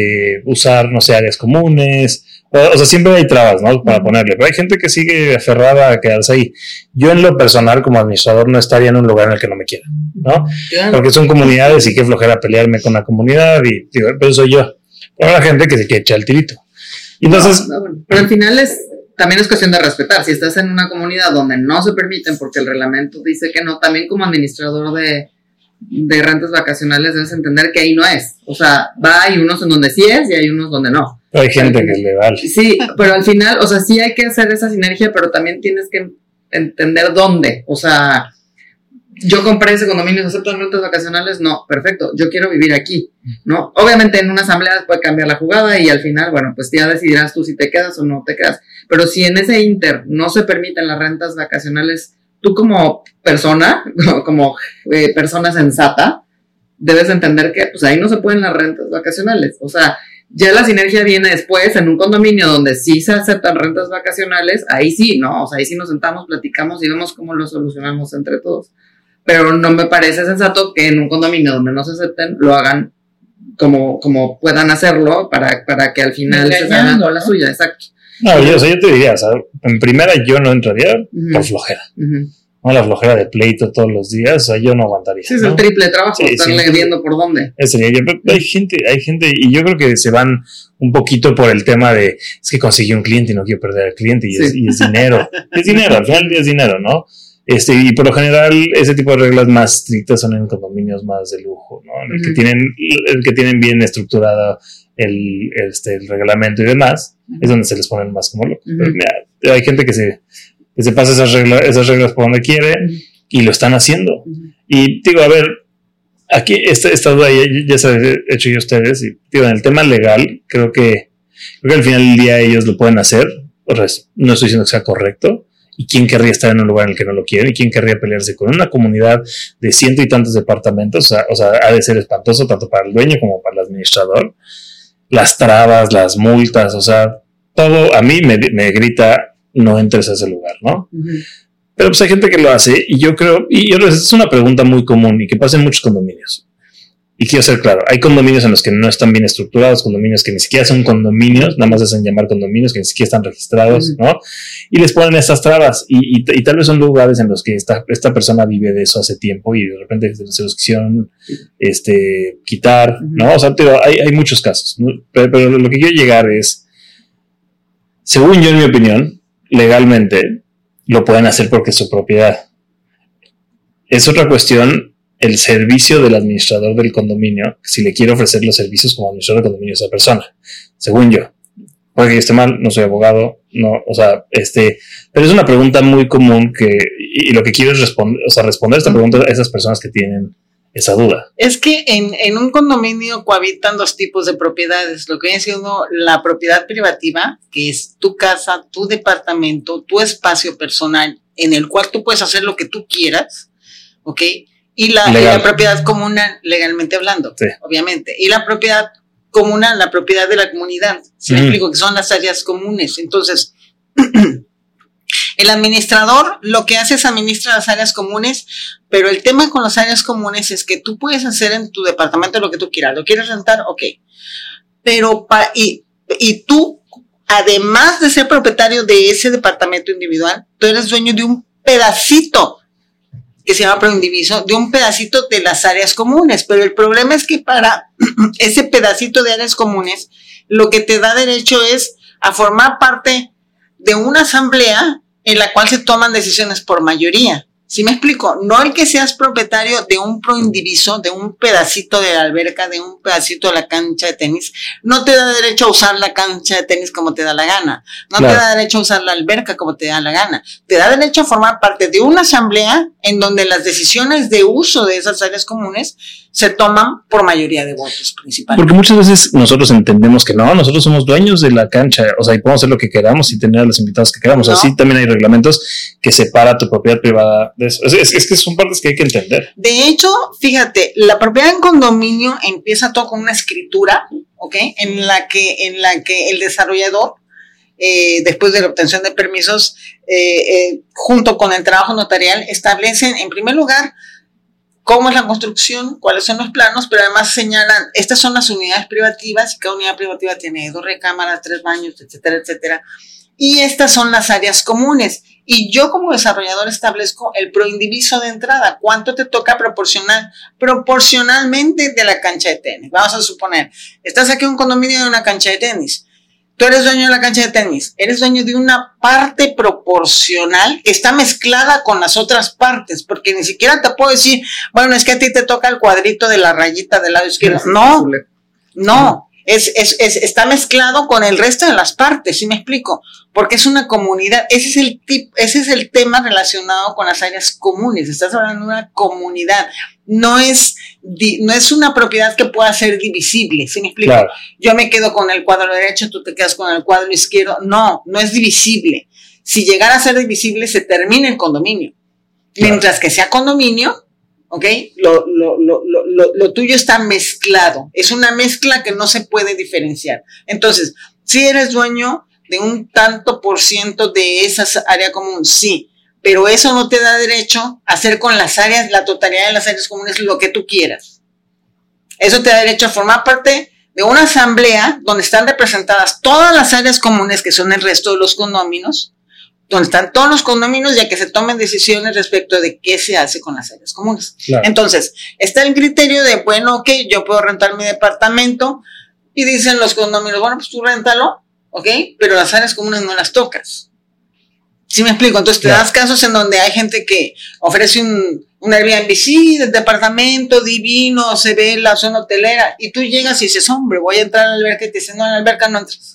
usar, no sé, áreas comunes. O sea, siempre hay trabas, ¿no? Para ponerle. Pero hay gente que sigue aferrada a quedarse ahí. Yo en lo personal, como administrador, no estaría en un lugar en el que no me quieran, ¿no? Claro. Porque son comunidades y qué flojera pelearme con la comunidad y digo, pero soy yo. Pero la gente que se quiere echar el tirito. Entonces, bueno, pero al final también es cuestión de respetar. Si estás en una comunidad donde no se permiten porque el reglamento dice que no, también como administrador de rentas vacacionales debes entender que ahí no es. O sea, hay unos en donde sí es y hay unos donde no. Hay gente que le vale. Sí, pero al final, o sea, sí hay que hacer esa sinergia, pero también tienes que entender dónde. O sea, yo compré ese condominio, ¿aceptan rentas vacacionales? No, perfecto, yo quiero vivir aquí, ¿no? Obviamente en una asamblea puede cambiar la jugada y al final, bueno, pues ya decidirás tú si te quedas o no te quedas. Pero si en ese inter no se permiten las rentas vacacionales, tú como persona, como persona sensata, debes entender que pues ahí no se pueden las rentas vacacionales. O sea, ya la sinergia viene después en un condominio donde sí se aceptan rentas vacacionales, ahí sí, ¿no? O sea, ahí sí nos sentamos, platicamos y vemos cómo lo solucionamos entre todos. Pero no me parece sensato que en un condominio donde no se acepten lo hagan como puedan hacerlo para que al final se salgan con la suya, exacto. No, yo te diría, ¿sabes? En primera yo no entraría por flojera. No, la flojera de pleito todos los días, o sea, yo no aguantaría. Sí, es el triple de trabajo, estarle viendo por dónde. Sería yo, pero hay gente, y yo creo que se van un poquito por el tema de, es que conseguí un cliente y no quiero perder al cliente, y es dinero. Es dinero, al final es dinero, ¿no? Y por lo general ese tipo de reglas más estrictas son en condominios más de lujo, ¿no? En el que tienen bien estructurado el reglamento y demás, es donde se les ponen más como locos. Pero mira, hay gente que se pasa esas reglas por donde quiere y lo están haciendo. Y digo, a ver, aquí esta duda ya se ha hecho yo a ustedes, y digo, en el tema legal, creo que al final del día ellos lo pueden hacer. O sea, no estoy diciendo que sea correcto. ¿Y quién querría estar en un lugar en el que no lo quiere? ¿Y quién querría pelearse con una comunidad de ciento y tantos departamentos? O sea, ha de ser espantoso tanto para el dueño como para el administrador. Las trabas, las multas, o sea, todo a mí me grita, no entres a ese lugar, ¿no? Pero pues hay gente que lo hace y yo creo, es una pregunta muy común y que pasa en muchos condominios. Y quiero ser claro, hay condominios en los que no están bien estructurados, condominios que ni siquiera son condominios, nada más hacen llamar condominios, que ni siquiera están registrados, ¿no? Y les ponen estas trabas y tal vez son lugares en los que esta persona vive de eso hace tiempo y de repente se los quisieron quitar, ¿no? O sea, hay muchos casos, ¿no? Pero lo que quiero llegar es, según yo, en mi opinión, legalmente lo pueden hacer porque es su propiedad. Es otra cuestión el servicio del administrador del condominio, si le quiere ofrecer los servicios como administrador del condominio a esa persona, según yo. Puede que esté mal, no soy abogado, no, o sea, pero es una pregunta muy común y lo que quiero es responder esta pregunta a esas personas que tienen esa duda. Es que en un condominio cohabitan dos tipos de propiedades. Lo que viene siendo la propiedad privativa, que es tu casa, tu departamento, tu espacio personal, en el cual tú puedes hacer lo que tú quieras, ¿ok? Y la propiedad comunal, legalmente hablando, sí, obviamente. Y la propiedad comunal, la propiedad de la comunidad. ¿Sí me explico? Que son las áreas comunes. Entonces, el administrador lo que hace es administrar las áreas comunes, pero el tema con las áreas comunes es que tú puedes hacer en tu departamento lo que tú quieras. ¿Lo quieres rentar? Ok. Pero y tú, además de ser propietario de ese departamento individual, tú eres dueño de un pedacito que se llama proindiviso, de un pedacito de las áreas comunes. Pero el problema es que para ese pedacito de áreas comunes, lo que te da derecho es a formar parte de una asamblea en la cual se toman decisiones por mayoría. ¿Sí me explico? No el que seas propietario de un proindiviso, de un pedacito de la alberca, de un pedacito de la cancha de tenis, no te da derecho a usar la cancha de tenis como te da la gana. No claro, te da derecho a usar la alberca como te da la gana. Te da derecho a formar parte de una asamblea en donde las decisiones de uso de esas áreas comunes se toman por mayoría de votos principalmente. Porque muchas veces nosotros entendemos que no, nosotros somos dueños de la cancha, o sea, y podemos hacer lo que queramos y tener a los invitados que queramos. No. Así también hay reglamentos que separa tu propiedad privada de eso. Es que son partes que hay que entender. De hecho, fíjate, la propiedad en condominio empieza todo con una escritura, ¿ok? En la que el desarrollador, después de la obtención de permisos, junto con el trabajo notarial, establecen, en primer lugar, cómo es la construcción, cuáles son los planos, pero además señalan, estas son las unidades privativas, y cada unidad privativa tiene 2 recámaras, 3 baños, etcétera, etcétera. Y estas son las áreas comunes. Y yo como desarrollador establezco el proindiviso de entrada. ¿Cuánto te toca proporcionalmente de la cancha de tenis? Vamos a suponer, estás aquí en un condominio de una cancha de tenis. Tú eres dueño de la cancha de tenis. Eres dueño de una parte proporcional que está mezclada con las otras partes. Porque ni siquiera te puedo decir, bueno, es que a ti te toca el cuadrito de la rayita del lado izquierdo. No. Está mezclado con el resto de las partes, ¿sí me explico? Porque es una comunidad, ese es el tema relacionado con las áreas comunes. Estás hablando de una comunidad, no es una propiedad que pueda ser divisible, ¿sí me explico? Claro. Yo me quedo con el cuadro derecho, tú te quedas con el cuadro izquierdo, no es divisible. Si llegara a ser divisible, se termina el condominio. Claro. Mientras que sea condominio, ¿ok? Lo tuyo está mezclado. Es una mezcla que no se puede diferenciar. Entonces, si eres dueño de un tanto por ciento de esas áreas comunes, sí, pero eso no te da derecho a hacer con las áreas, la totalidad de las áreas comunes, lo que tú quieras. Eso te da derecho a formar parte de una asamblea donde están representadas todas las áreas comunes, que son el resto de los condóminos, donde están todos los condominios, ya que se tomen decisiones respecto de qué se hace con las áreas comunes. Claro. Entonces, está el criterio de, bueno, ok, yo puedo rentar mi departamento, y dicen los condominios, bueno, pues tú réntalo, ok, pero las áreas comunes no las tocas. ¿Sí me explico? Entonces, te das casos en donde hay gente que ofrece un Airbnb, sí, del departamento divino, se ve la zona hotelera, y tú llegas y dices, hombre, voy a entrar a la alberca, y te dicen, no, en la alberca no entras.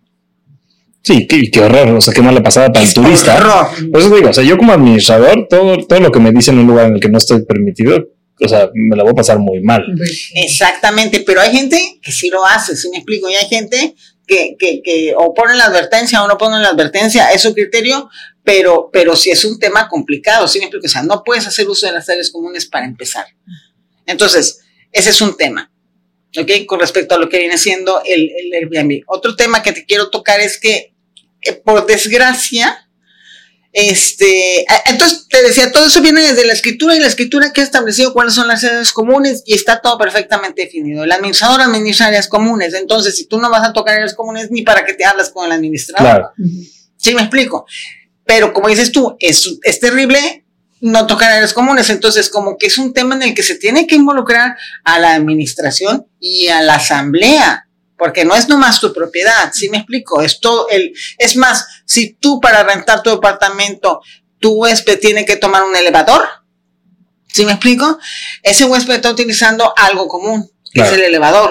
Sí, qué horror, o sea, qué mala pasada para el turista. Horror. Por eso digo, o sea, yo como administrador, todo lo que me dicen en un lugar en el que no estoy permitido, o sea, me la voy a pasar muy mal. Exactamente, pero hay gente que sí lo hace, ¿sí me explico? Y hay gente que o pone la advertencia o no pone la advertencia, es su criterio, pero sí es un tema complicado, ¿sí me explico? O sea, no puedes hacer uso de las áreas comunes para empezar. Entonces, ese es un tema. ¿Ok? Con respecto a lo que viene siendo el Airbnb. Otro tema que te quiero tocar es que, por desgracia, entonces te decía, todo eso viene desde la escritura, y la escritura que ha establecido cuáles son las áreas comunes, y está todo perfectamente definido. El administrador administra áreas comunes, entonces si tú no vas a tocar áreas comunes, ni para qué te hablas con el administrador. Claro. ¿Sí me explico? Pero como dices tú, es terrible no tocar áreas comunes, entonces como que es un tema en el que se tiene que involucrar a la administración y a la asamblea, porque no es nomás tu propiedad, ¿sí me explico? Es todo es más, si tú para rentar tu departamento, tu huésped tiene que tomar un elevador, ¿sí me explico? Ese huésped está utilizando algo común, que claro, es el elevador,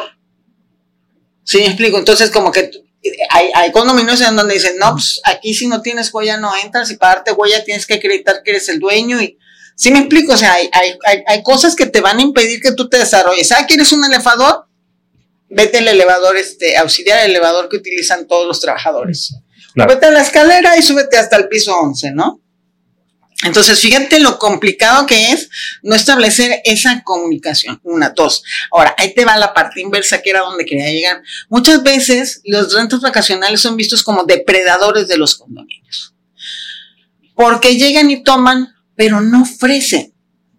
¿sí me explico? Entonces como que hay condominios en donde dicen, no, pues aquí si no tienes huella no entras, y para darte huella tienes que acreditar que eres el dueño, y ¿Sí me explico? O sea, hay cosas que te van a impedir que tú te desarrolles. ¿Quieres un elevador? Vete al elevador auxiliar, el elevador que utilizan todos los trabajadores. Claro. Vete a la escalera y súbete hasta el piso 11, ¿no? Entonces, fíjate lo complicado que es no establecer esa comunicación. 1, 2. Ahora, ahí te va la parte inversa, que era donde quería llegar. Muchas veces los rentas vacacionales son vistos como depredadores de los condominios. Porque llegan y toman, pero no ofrecen.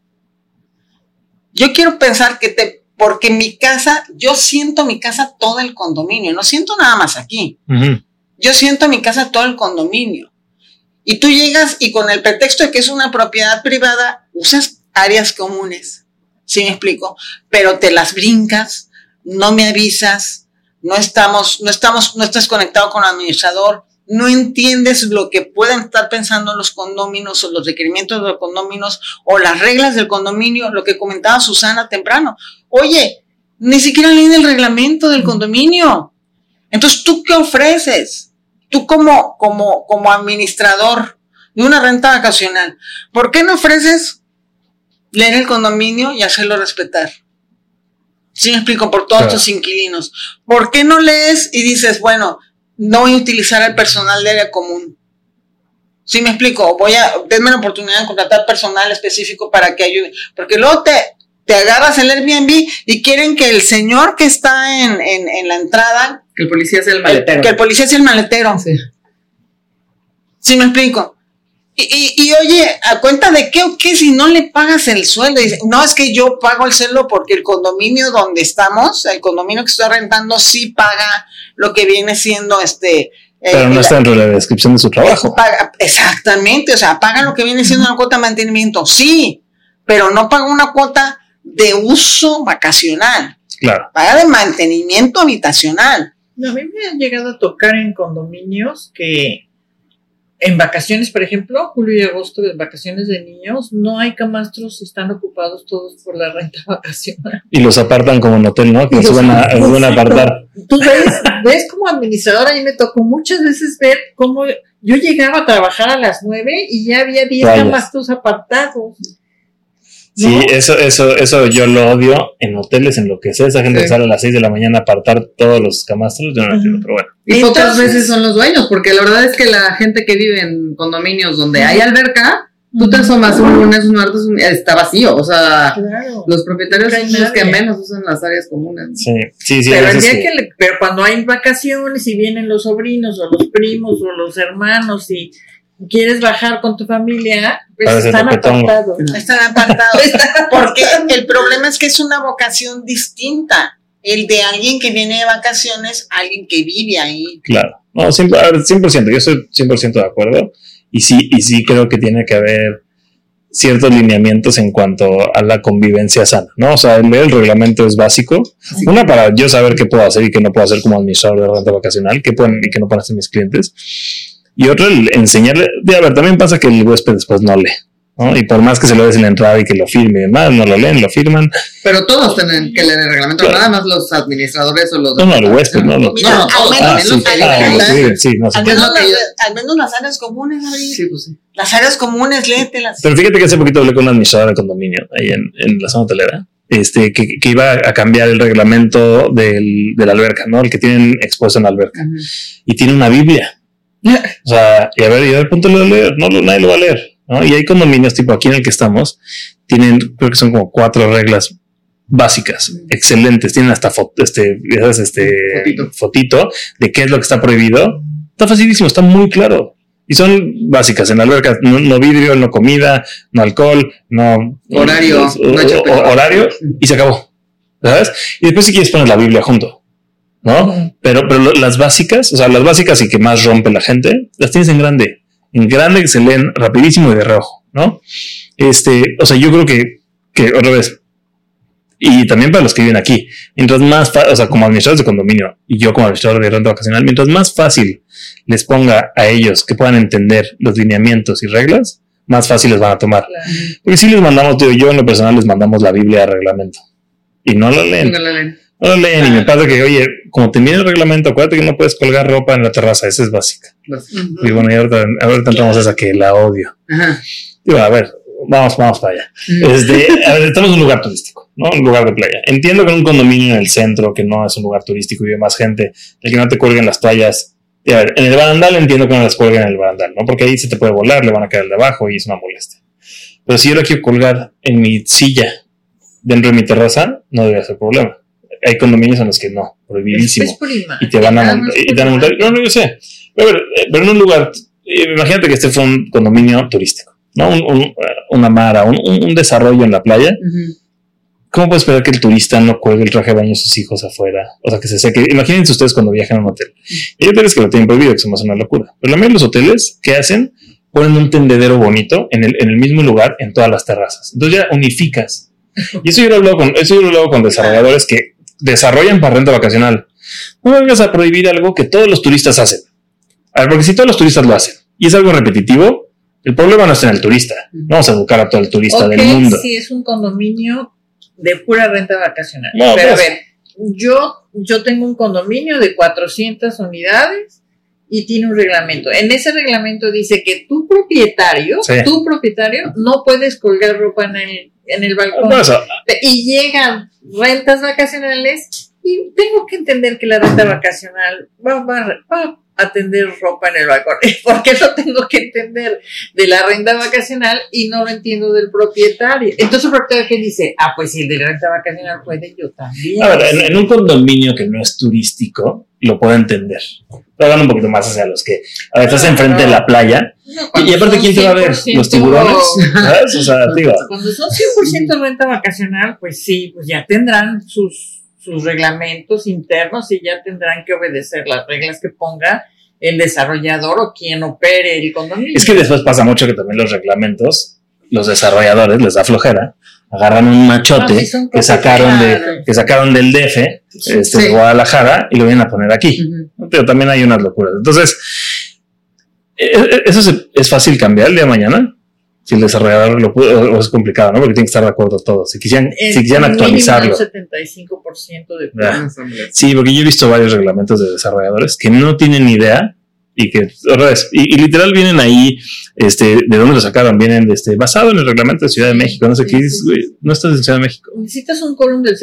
Yo quiero pensar porque mi casa, yo siento mi casa todo el condominio, no siento nada más aquí. Uh-huh. Yo siento mi casa todo el condominio. Y tú llegas y con el pretexto de que es una propiedad privada, usas áreas comunes. ¿Sí me explico? Pero te las brincas, no me avisas, no estás conectado con el administrador, no entiendes lo que pueden estar pensando los condóminos o los requerimientos de los condóminos o las reglas del condominio, lo que comentaba Susana temprano. Oye, ni siquiera leen el reglamento del condominio. Entonces, ¿tú qué ofreces? Tú como administrador de una renta vacacional, ¿por qué no ofreces leer el condominio y hacerlo respetar? ¿Sí me explico? Por todos tus inquilinos. ¿Por qué no lees y dices, bueno, no voy a utilizar el personal de área común? ¿Sí me explico? Denme la oportunidad de contratar personal específico para que ayude. Porque luego te agarras el Airbnb y quieren que el señor que está en la entrada... Que el policía sea el maletero. Que el policía sea el maletero. Sí. ¿Sí me explico? Y oye, ¿a cuenta de qué o qué si no le pagas el sueldo? Dice, no, es que yo pago el sueldo porque el condominio donde estamos, el condominio que estoy rentando, sí paga lo que viene siendo pero no está dentro de la descripción de su trabajo. Exactamente, o sea, paga lo que viene siendo una cuota de mantenimiento, sí, pero no paga una cuota de uso vacacional. Claro. Paga de mantenimiento habitacional. No, a mí me han llegado a tocar en condominios que en vacaciones, por ejemplo, julio y agosto, en vacaciones de niños, no hay camastros y están ocupados todos por la renta vacacional. Y los apartan como en hotel, ¿no? Que suben a apartar. Tú ves como administradora, y me tocó muchas veces ver cómo yo llegaba a trabajar a las 9 y ya había 10 camastros apartados. ¿No? Sí, eso yo lo odio en hoteles, en lo que sea. Esa gente que sale a las 6 de la mañana a apartar todos los camastros, yo no lo entiendo, pero bueno. Y pocas veces son los dueños, porque la verdad es que la gente que vive en condominios donde hay alberca, tú te asomas un lunes, un martes, está vacío. O sea, los propietarios son los que menos usan las áreas comunes. Sí. Pero el día pero cuando hay vacaciones y vienen los sobrinos o los primos o los hermanos y quieres bajar con tu familia, pues están apartados. Porque el problema es que es una vocación distinta. El de alguien que viene de vacaciones, alguien que vive ahí. Claro. No, 100%. Yo estoy 100% de acuerdo. Y sí creo que tiene que haber ciertos lineamientos en cuanto a la convivencia sana, ¿no? O sea, el reglamento es básico. Sí. Una, para yo saber qué puedo hacer y qué no puedo hacer como administrador de renta vacacional, qué pueden y qué no pueden hacer mis clientes. Y otro, el enseñarle, a ver, también pasa que el huésped después no lee, ¿no? Y por más que se lo des en la entrada y que lo firme y demás, no lo leen, lo firman. Pero todos tienen que leer el reglamento, claro. Nada más los administradores o los... No, el huésped, no. Mira, al menos las áreas comunes, David. Sí, pues sí. Las áreas comunes, léetelas. Pero fíjate que hace poquito hablé con una administradora de condominio, ahí en la zona hotelera, que iba a cambiar el reglamento de la alberca, ¿no? El que tienen expuesto en la alberca. Uh-huh. Y tiene una Biblia. O sea, y a ver, póntelo a leer, nadie lo va a leer, ¿no? Y hay condominios tipo aquí en el que estamos, tienen, creo que son como 4 reglas básicas, excelentes, tienen hasta fotito de qué es lo que está prohibido, está facilísimo, está muy claro, y son básicas en la alberca, no vidrio, no comida, no alcohol, no horario, horario, y se acabó, ¿sabes? Y después si quieres poner la Biblia junto, ¿no? Pero las básicas, o sea, las básicas y que más rompe la gente, las tienes en grande que se leen rapidísimo y de reojo, ¿no? O sea, yo creo que otra vez, y también para los que viven aquí, mientras más o sea, como administradores de condominio y yo como administrador de renta vacacional, mientras más fácil les ponga a ellos que puedan entender los lineamientos y reglas, más fácil les van a tomar. Claro. Porque si les mandamos, yo en lo personal les mandamos la Biblia de reglamento y no la leen. No lo leen y me pasa que, oye, como te viene el reglamento, acuérdate que no puedes colgar ropa en la terraza, esa es básica. Uh-huh. Y bueno, y ahorita entramos a esa que la odio. Uh-huh. Digo, a ver, vamos para allá. A ver, estamos en un lugar turístico, ¿no? Un lugar de playa. Entiendo que en un condominio en el centro, que no es un lugar turístico y vive más gente, el que no te cuelguen las toallas. Y a ver, en el barandal entiendo que no las cuelguen en el barandal, ¿no? Porque ahí se te puede volar, le van a caer al de abajo y es una molestia. Pero si yo la quiero colgar en mi silla dentro de mi terraza, no debe ser problema. Hay condominios en los que no, prohibidísimo. Es por y te van a montar. No, yo sé. Pero en un lugar, imagínate que este fue un condominio turístico, ¿no? Una mara, un desarrollo en la playa. ¿Cómo puede esperar que el turista no cuelgue el traje de baño de sus hijos afuera? O sea, que se seque. Imagínense ustedes cuando viajan a un hotel. Y hay hoteles que lo tienen prohibido, que se me hace una locura. Pero la mayoría de los hoteles, ¿qué hacen? Ponen un tendedero bonito en el mismo lugar en todas las terrazas. Entonces ya unificas. Y eso yo lo he hablado con desarrolladores que desarrollan para renta vacacional. No vengas a prohibir algo que todos los turistas hacen. A ver, porque si todos los turistas lo hacen y es algo repetitivo, el problema no está en el turista. No vamos a educar a todo el turista del mundo. Sí, es un condominio de pura renta vacacional. No, pero pues, a ver, yo tengo un condominio de 400 unidades y tiene un reglamento. En ese reglamento dice que tu propietario no puedes colgar ropa en el balcón. No, eso. Y llegan rentas vacacionales y tengo que entender que la renta vacacional va a tender ropa en el balcón. ¿Por qué lo tengo que entender de la renta vacacional y no lo entiendo del propietario? Entonces el propietario que dice, pues si el de la renta vacacional puede, yo también. A ver, en un condominio que no es turístico, lo puedo entender. Pero hagan un poquito más hacia los que, a ver, estás enfrente de la playa. Y aparte, ¿quién te va a ver? ¿Los tiburones? ¿Sabes? O sea, digo. Cuando son 100% renta vacacional, pues sí, pues ya tendrán sus reglamentos internos y ya tendrán que obedecer las reglas que ponga el desarrollador o quien opere el condominio. Es que después pasa mucho que también los reglamentos, los desarrolladores les da flojera, agarran un machote que sacaron del DF, de Guadalajara, y lo vienen a poner aquí. Pero también hay unas locuras. Entonces, eso es fácil cambiar el día de mañana. Si el desarrollador lo puede, o es complicado, ¿no? Porque tienen que estar de acuerdo todos. Si quisieran actualizarlo. Un 75% de planes. Sí, porque yo he visto varios reglamentos de desarrolladores que no tienen ni idea y que, y literal vienen ahí, ¿de dónde lo sacaron? Vienen, basado en el reglamento de Ciudad de México. No sé qué dices, güey, no estás en Ciudad de México. Necesitas un quórum del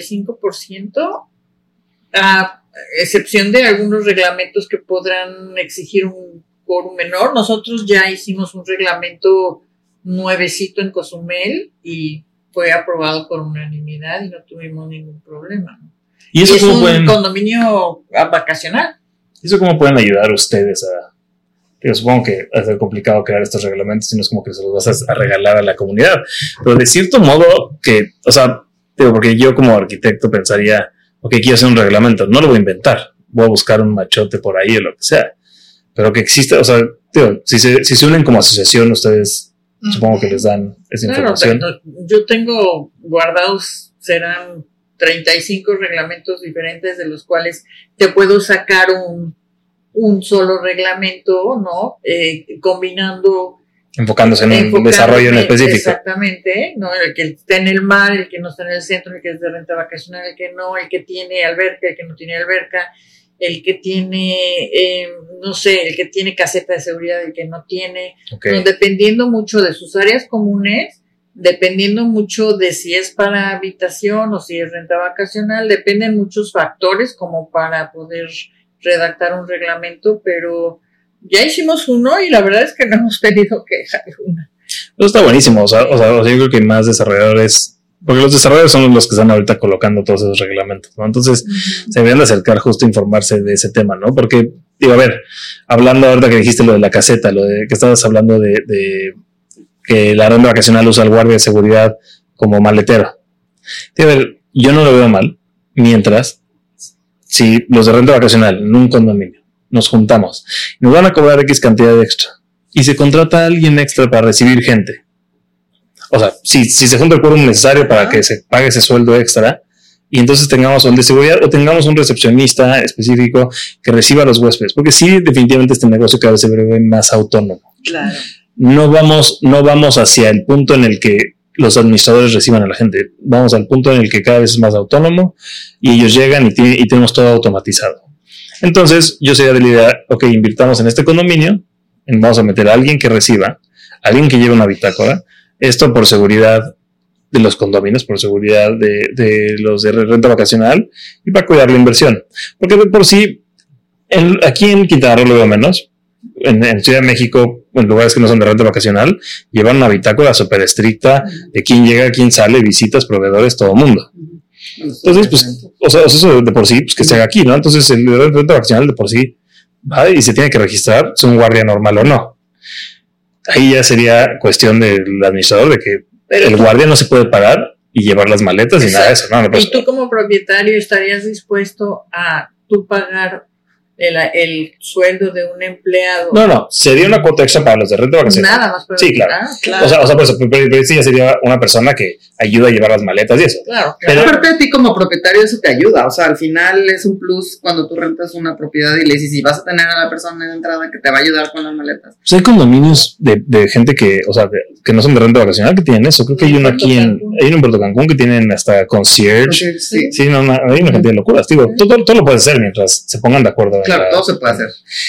75%, a excepción de algunos reglamentos que podrán exigir un quórum menor. Nosotros ya hicimos un reglamento nuevecito en Cozumel y fue aprobado por unanimidad y no tuvimos ningún problema, ¿no? ¿Y eso cómo un condominio vacacional? ¿Y eso cómo pueden ayudar ustedes a...? Yo supongo que va a ser complicado crear estos reglamentos y no es como que se los vas a regalar a la comunidad, pero de cierto modo que, o sea, porque yo como arquitecto pensaría, ok, quiero hacer un reglamento, no lo voy a inventar, voy a buscar un machote por ahí o lo que sea, pero que exista, o sea, si se unen como asociación ustedes... Supongo que les dan esa información. Yo tengo guardados, serán 35 reglamentos diferentes, de los cuales te puedo sacar un solo reglamento, ¿no? Combinando. Enfocándose en un desarrollo en específico. Exactamente, ¿no? El que está en el mar, el que no está en el centro, el que es de renta vacacional, el que no, el que tiene alberca, el que no tiene alberca, el que tiene, el que tiene caseta de seguridad, el que no tiene, okay. ¿no? Dependiendo mucho de sus áreas comunes, dependiendo mucho de si es para habitación o si es renta vacacional, dependen muchos factores como para poder redactar un reglamento, pero ya hicimos uno y la verdad es que no hemos tenido queja alguna. Eso está buenísimo, o sea, yo creo que más desarrolladores, porque los desarrolladores son los que están ahorita colocando todos esos reglamentos, ¿no? Entonces, se deberían de acercar justo a informarse de ese tema, ¿no? Porque, digo, a ver, hablando ahorita que dijiste lo de la caseta, lo de que estabas hablando de que la renta vacacional usa al guardia de seguridad como maletero. Digo, a ver, yo no lo veo mal, mientras, si los de renta vacacional en un condominio nos juntamos, nos van a cobrar X cantidad de extra, y se contrata a alguien extra para recibir gente. O sea, si se junta el quórum necesario para que se pague ese sueldo extra, y entonces tengamos un de seguridad o tengamos un recepcionista específico que reciba a los huéspedes, porque sí, definitivamente este negocio cada vez se ve más autónomo. Claro. No vamos hacia el punto en el que los administradores reciban a la gente, vamos al punto en el que cada vez es más autónomo y ellos llegan y tenemos todo automatizado. Entonces, yo sería de la idea, ok, invirtamos en este condominio, vamos a meter a alguien que reciba, a alguien que lleve una bitácora, Esto por seguridad de los condominios, por seguridad de los de renta vacacional y para cuidar la inversión. Porque de por sí, aquí en Quintana Roo lo veo menos. En Ciudad de México, en lugares que no son de renta vacacional, llevan una bitácora súper estricta de quién llega, quién sale, visitas, proveedores, todo el mundo. Entonces, pues, o sea, eso de por sí, pues que se haga aquí, ¿no? Entonces, el de renta vacacional de por sí va y se tiene que registrar si es un guardia normal o no. Ahí ya sería cuestión del administrador de que el guardia no se puede parar y llevar las maletas y nada de eso, ¿no? ¿Y tú como propietario estarías dispuesto a tú pagar el sueldo de un empleado? No, sería una cuota extra para los de renta vacacional. Nada más. Sí, claro. Claro. O sea, pues, pero sí ya sería una persona que ayuda a llevar las maletas y eso. Claro. Pero- Aparte de ti como propietario eso te ayuda, o sea, al final es un plus cuando tú rentas una propiedad y le dices, si vas a tener a la persona de entrada que te va a ayudar con las maletas. Pues hay condominios de gente que, o sea, que no son de renta vacacional que tienen eso. Creo que hay uno aquí hay uno en Puerto Cancún que tienen hasta concierge. Sí, Sí, no, hay una cantidad de locuras. Digo, todo lo puedes hacer mientras se pongan de acuerdo. claro, todo se puede hacer.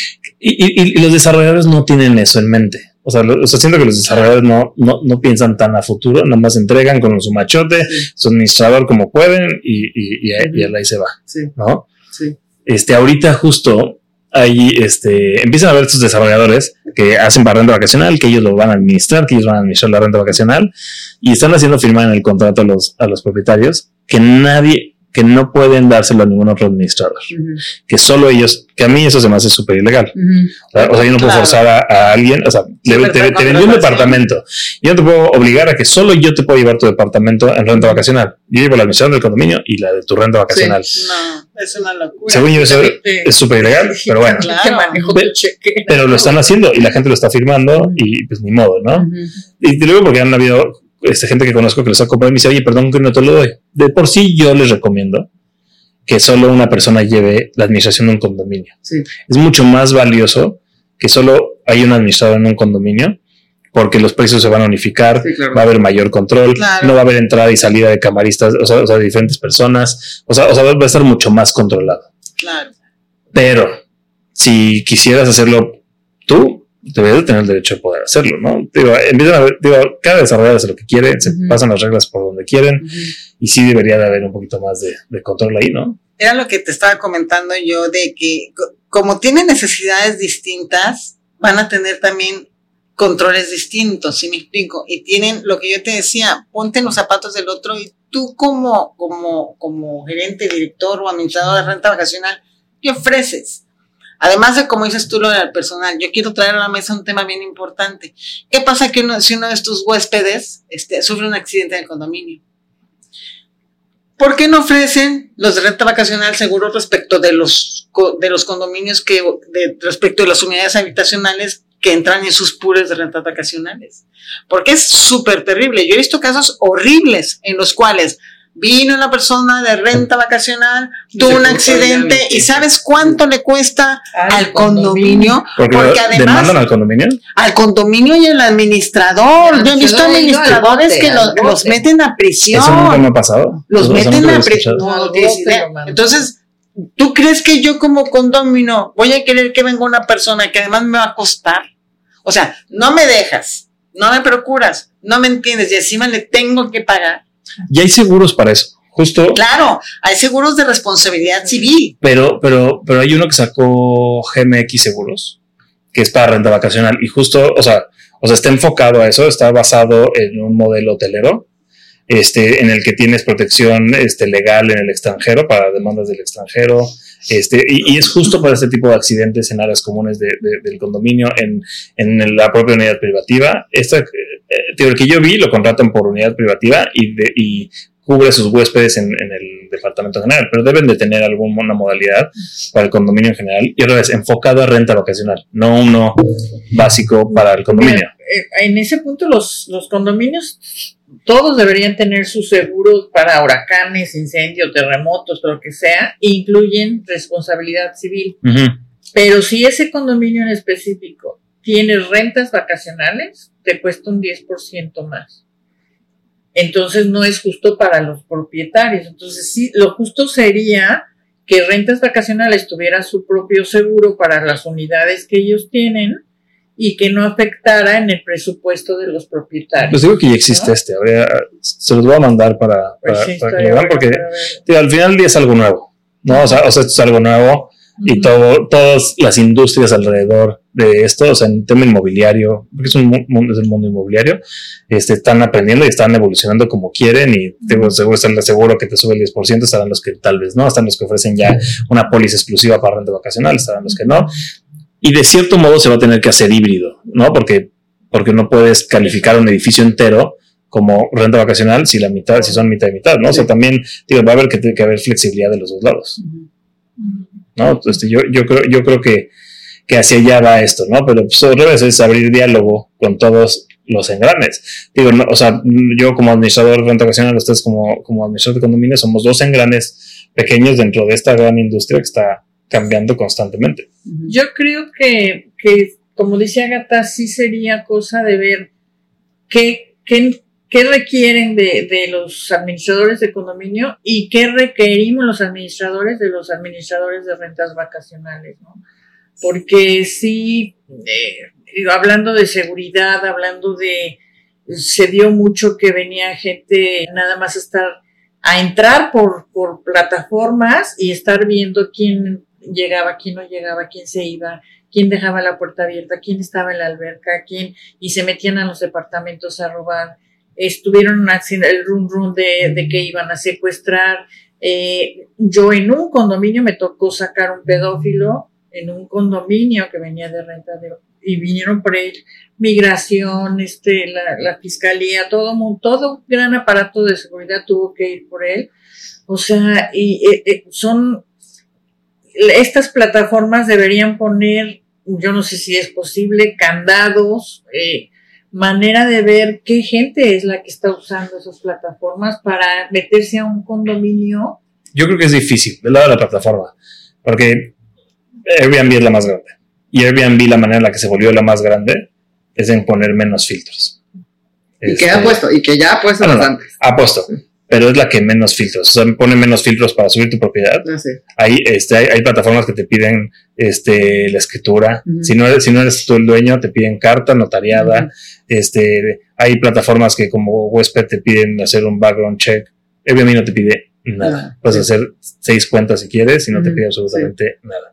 Y los desarrolladores no tienen eso en mente. O sea, siento que los desarrolladores no piensan tan a futuro, nada más entregan con su machote, su administrador como pueden y ahí se va, Sí, ¿no? sí. Ahorita justo ahí empiezan a ver estos desarrolladores que hacen para renta vacacional, que ellos lo van a administrar, que ellos van a administrar la renta vacacional y están haciendo firmar en el contrato a los propietarios que no pueden dárselo a ningún otro administrador, que solo ellos, que a mí eso se me hace súper ilegal. O sea, yo no puedo forzar a alguien, o sea, te vendí un departamento, yo no te puedo obligar a que solo yo te puedo llevar tu departamento en renta vacacional. Yo llevo la administración del condominio y la de tu renta vacacional. No, es una locura. Según yo eso es súper ilegal, pero bueno. Claro. Que manejo tu cheque. Pero lo están haciendo y la gente lo está firmando y pues ni modo, ¿no? Y luego porque han habido gente que conozco que los ha comprado y me dice, oye, perdón que no te lo doy. De por sí yo les recomiendo que solo una persona lleve la administración de un condominio. Sí. Es mucho más valioso que solo haya un administrador en un condominio porque los precios se van a unificar, Sí, claro. va a haber mayor control, Claro. no va a haber entrada y salida de camaristas, o sea, de diferentes personas, o sea, va a estar mucho más controlado. Claro. Pero si quisieras hacerlo tú, deberías de tener el derecho de poder hacerlo, ¿no? Cada desarrollador hace lo que quiere, se pasan las reglas por donde quieren y sí debería de haber un poquito más de control ahí, ¿no? Era lo que te estaba comentando yo de que como tienen necesidades distintas, van a tener también controles distintos, ¿sí me explico? Y tienen lo que yo te decía, ponte en los zapatos del otro y tú como gerente, director o administrador de renta vacacional, ¿qué ofreces? Además de, como dices tú, lo del personal, yo quiero traer a la mesa un tema bien importante. ¿Qué pasa si uno de tus huéspedes sufre un accidente en el condominio? ¿Por qué no ofrecen los de renta vacacional seguros respecto de los condominios respecto de las unidades habitacionales que entran en sus pools de rentas vacacionales? Porque es súper terrible. Yo he visto casos horribles en los cuales vino una persona de renta vacacional, tuvo un accidente y ¿sabes cuánto le cuesta al condominio? Porque además demandan al condominio. al condominio y al administrador. Yo he visto administradores que los meten a prisión. Eso nunca me ha pasado. Los O sea, meten nunca lo he a prisión. escuchado. No tienes idea. Entonces, ¿tú crees que yo como condominio voy a querer que venga una persona que además me va a costar? O sea, no me dejas, no me procuras, no me entiendes y encima le tengo que pagar. Y hay seguros para eso, justo. Claro, hay seguros de responsabilidad civil. Pero hay uno que sacó GMX Seguros, que es para renta vacacional y justo, o sea, está enfocado a eso, está basado en un modelo hotelero, en el que tienes protección legal en el extranjero para demandas del extranjero, y es justo para este tipo de accidentes en áreas comunes del condominio, en la propia unidad privativa. El que yo vi lo contratan por unidad privativa y cubre a sus huéspedes en el departamento general, pero deben de tener alguna modalidad para el condominio en general y otra vez enfocado a renta vacacional, no uno básico para el condominio. En ese punto los condominios todos deberían tener sus seguros para huracanes, incendios, terremotos, lo que sea, e incluyen responsabilidad civil. Pero si ese condominio en específico tiene rentas vacacionales, te cuesta un 10% más. Entonces no es justo para los propietarios. Entonces sí, lo justo sería que rentas vacacionales tuviera su propio seguro para las unidades que ellos tienen y que no afectara en el presupuesto de los propietarios. Pues digo que ya existe, ¿no? Se los voy a mandar para que lo vean, porque tío, al final del día es algo nuevo, ¿no? O sea, esto es algo nuevo. Y todas las industrias alrededor de esto, o sea, en tema inmobiliario, porque es el mundo inmobiliario, están aprendiendo y están evolucionando como quieren, y seguro que te sube el 10%, estarán los que tal vez no, están los que ofrecen ya una póliza exclusiva para renta vacacional, estarán los que no, y de cierto modo se va a tener que hacer híbrido, ¿no? Porque no puedes calificar un edificio entero como renta vacacional si son mitad y mitad, ¿no? O sea, también, va a haber que haber flexibilidad de los dos lados. ¿No? Entonces, yo creo que hacia allá va esto, ¿no? Pero pues, otra vez es abrir diálogo con todos los engranes. No, o sea, yo como administrador de renta vacacional, ustedes como administrador de condominio, somos dos engranes pequeños dentro de esta gran industria que está cambiando constantemente. Yo creo que como dice Agatha, sí sería cosa de ver qué requieren de los administradores de condominio y qué requerimos los administradores de rentas vacacionales, ¿no? Porque sí, hablando de seguridad, se dio mucho que venía gente nada más a entrar por plataformas y estar viendo quién llegaba, quién no llegaba, quién se iba, quién dejaba la puerta abierta, quién estaba en la alberca, y se metían a los departamentos a robar. Estuvieron haciendo el run de que iban a secuestrar. Yo en un condominio me tocó sacar un pedófilo en un condominio que venía de renta y vinieron por él, migración, la fiscalía, todo un gran aparato de seguridad tuvo que ir por él. O sea, son estas plataformas deberían poner, yo no sé si es posible, candados, manera de ver qué gente es la que está usando esas plataformas para meterse a un condominio. Yo creo que es difícil del lado de la plataforma, porque Airbnb es la más grande. Y Airbnb, la manera en la que se volvió la más grande es en poner menos filtros. Y que ya ha puesto bastante. Ha puesto, pero es la que menos filtros. O sea, pone menos filtros para subir tu propiedad. Sí. Hay plataformas que te piden la escritura. Uh-huh. Si no eres tú el dueño, te piden carta notariada. Uh-huh. Hay plataformas que como huésped te piden hacer un background check. Airbnb no te pide nada. Puedes hacer 6 cuentas si quieres y no te pide absolutamente nada.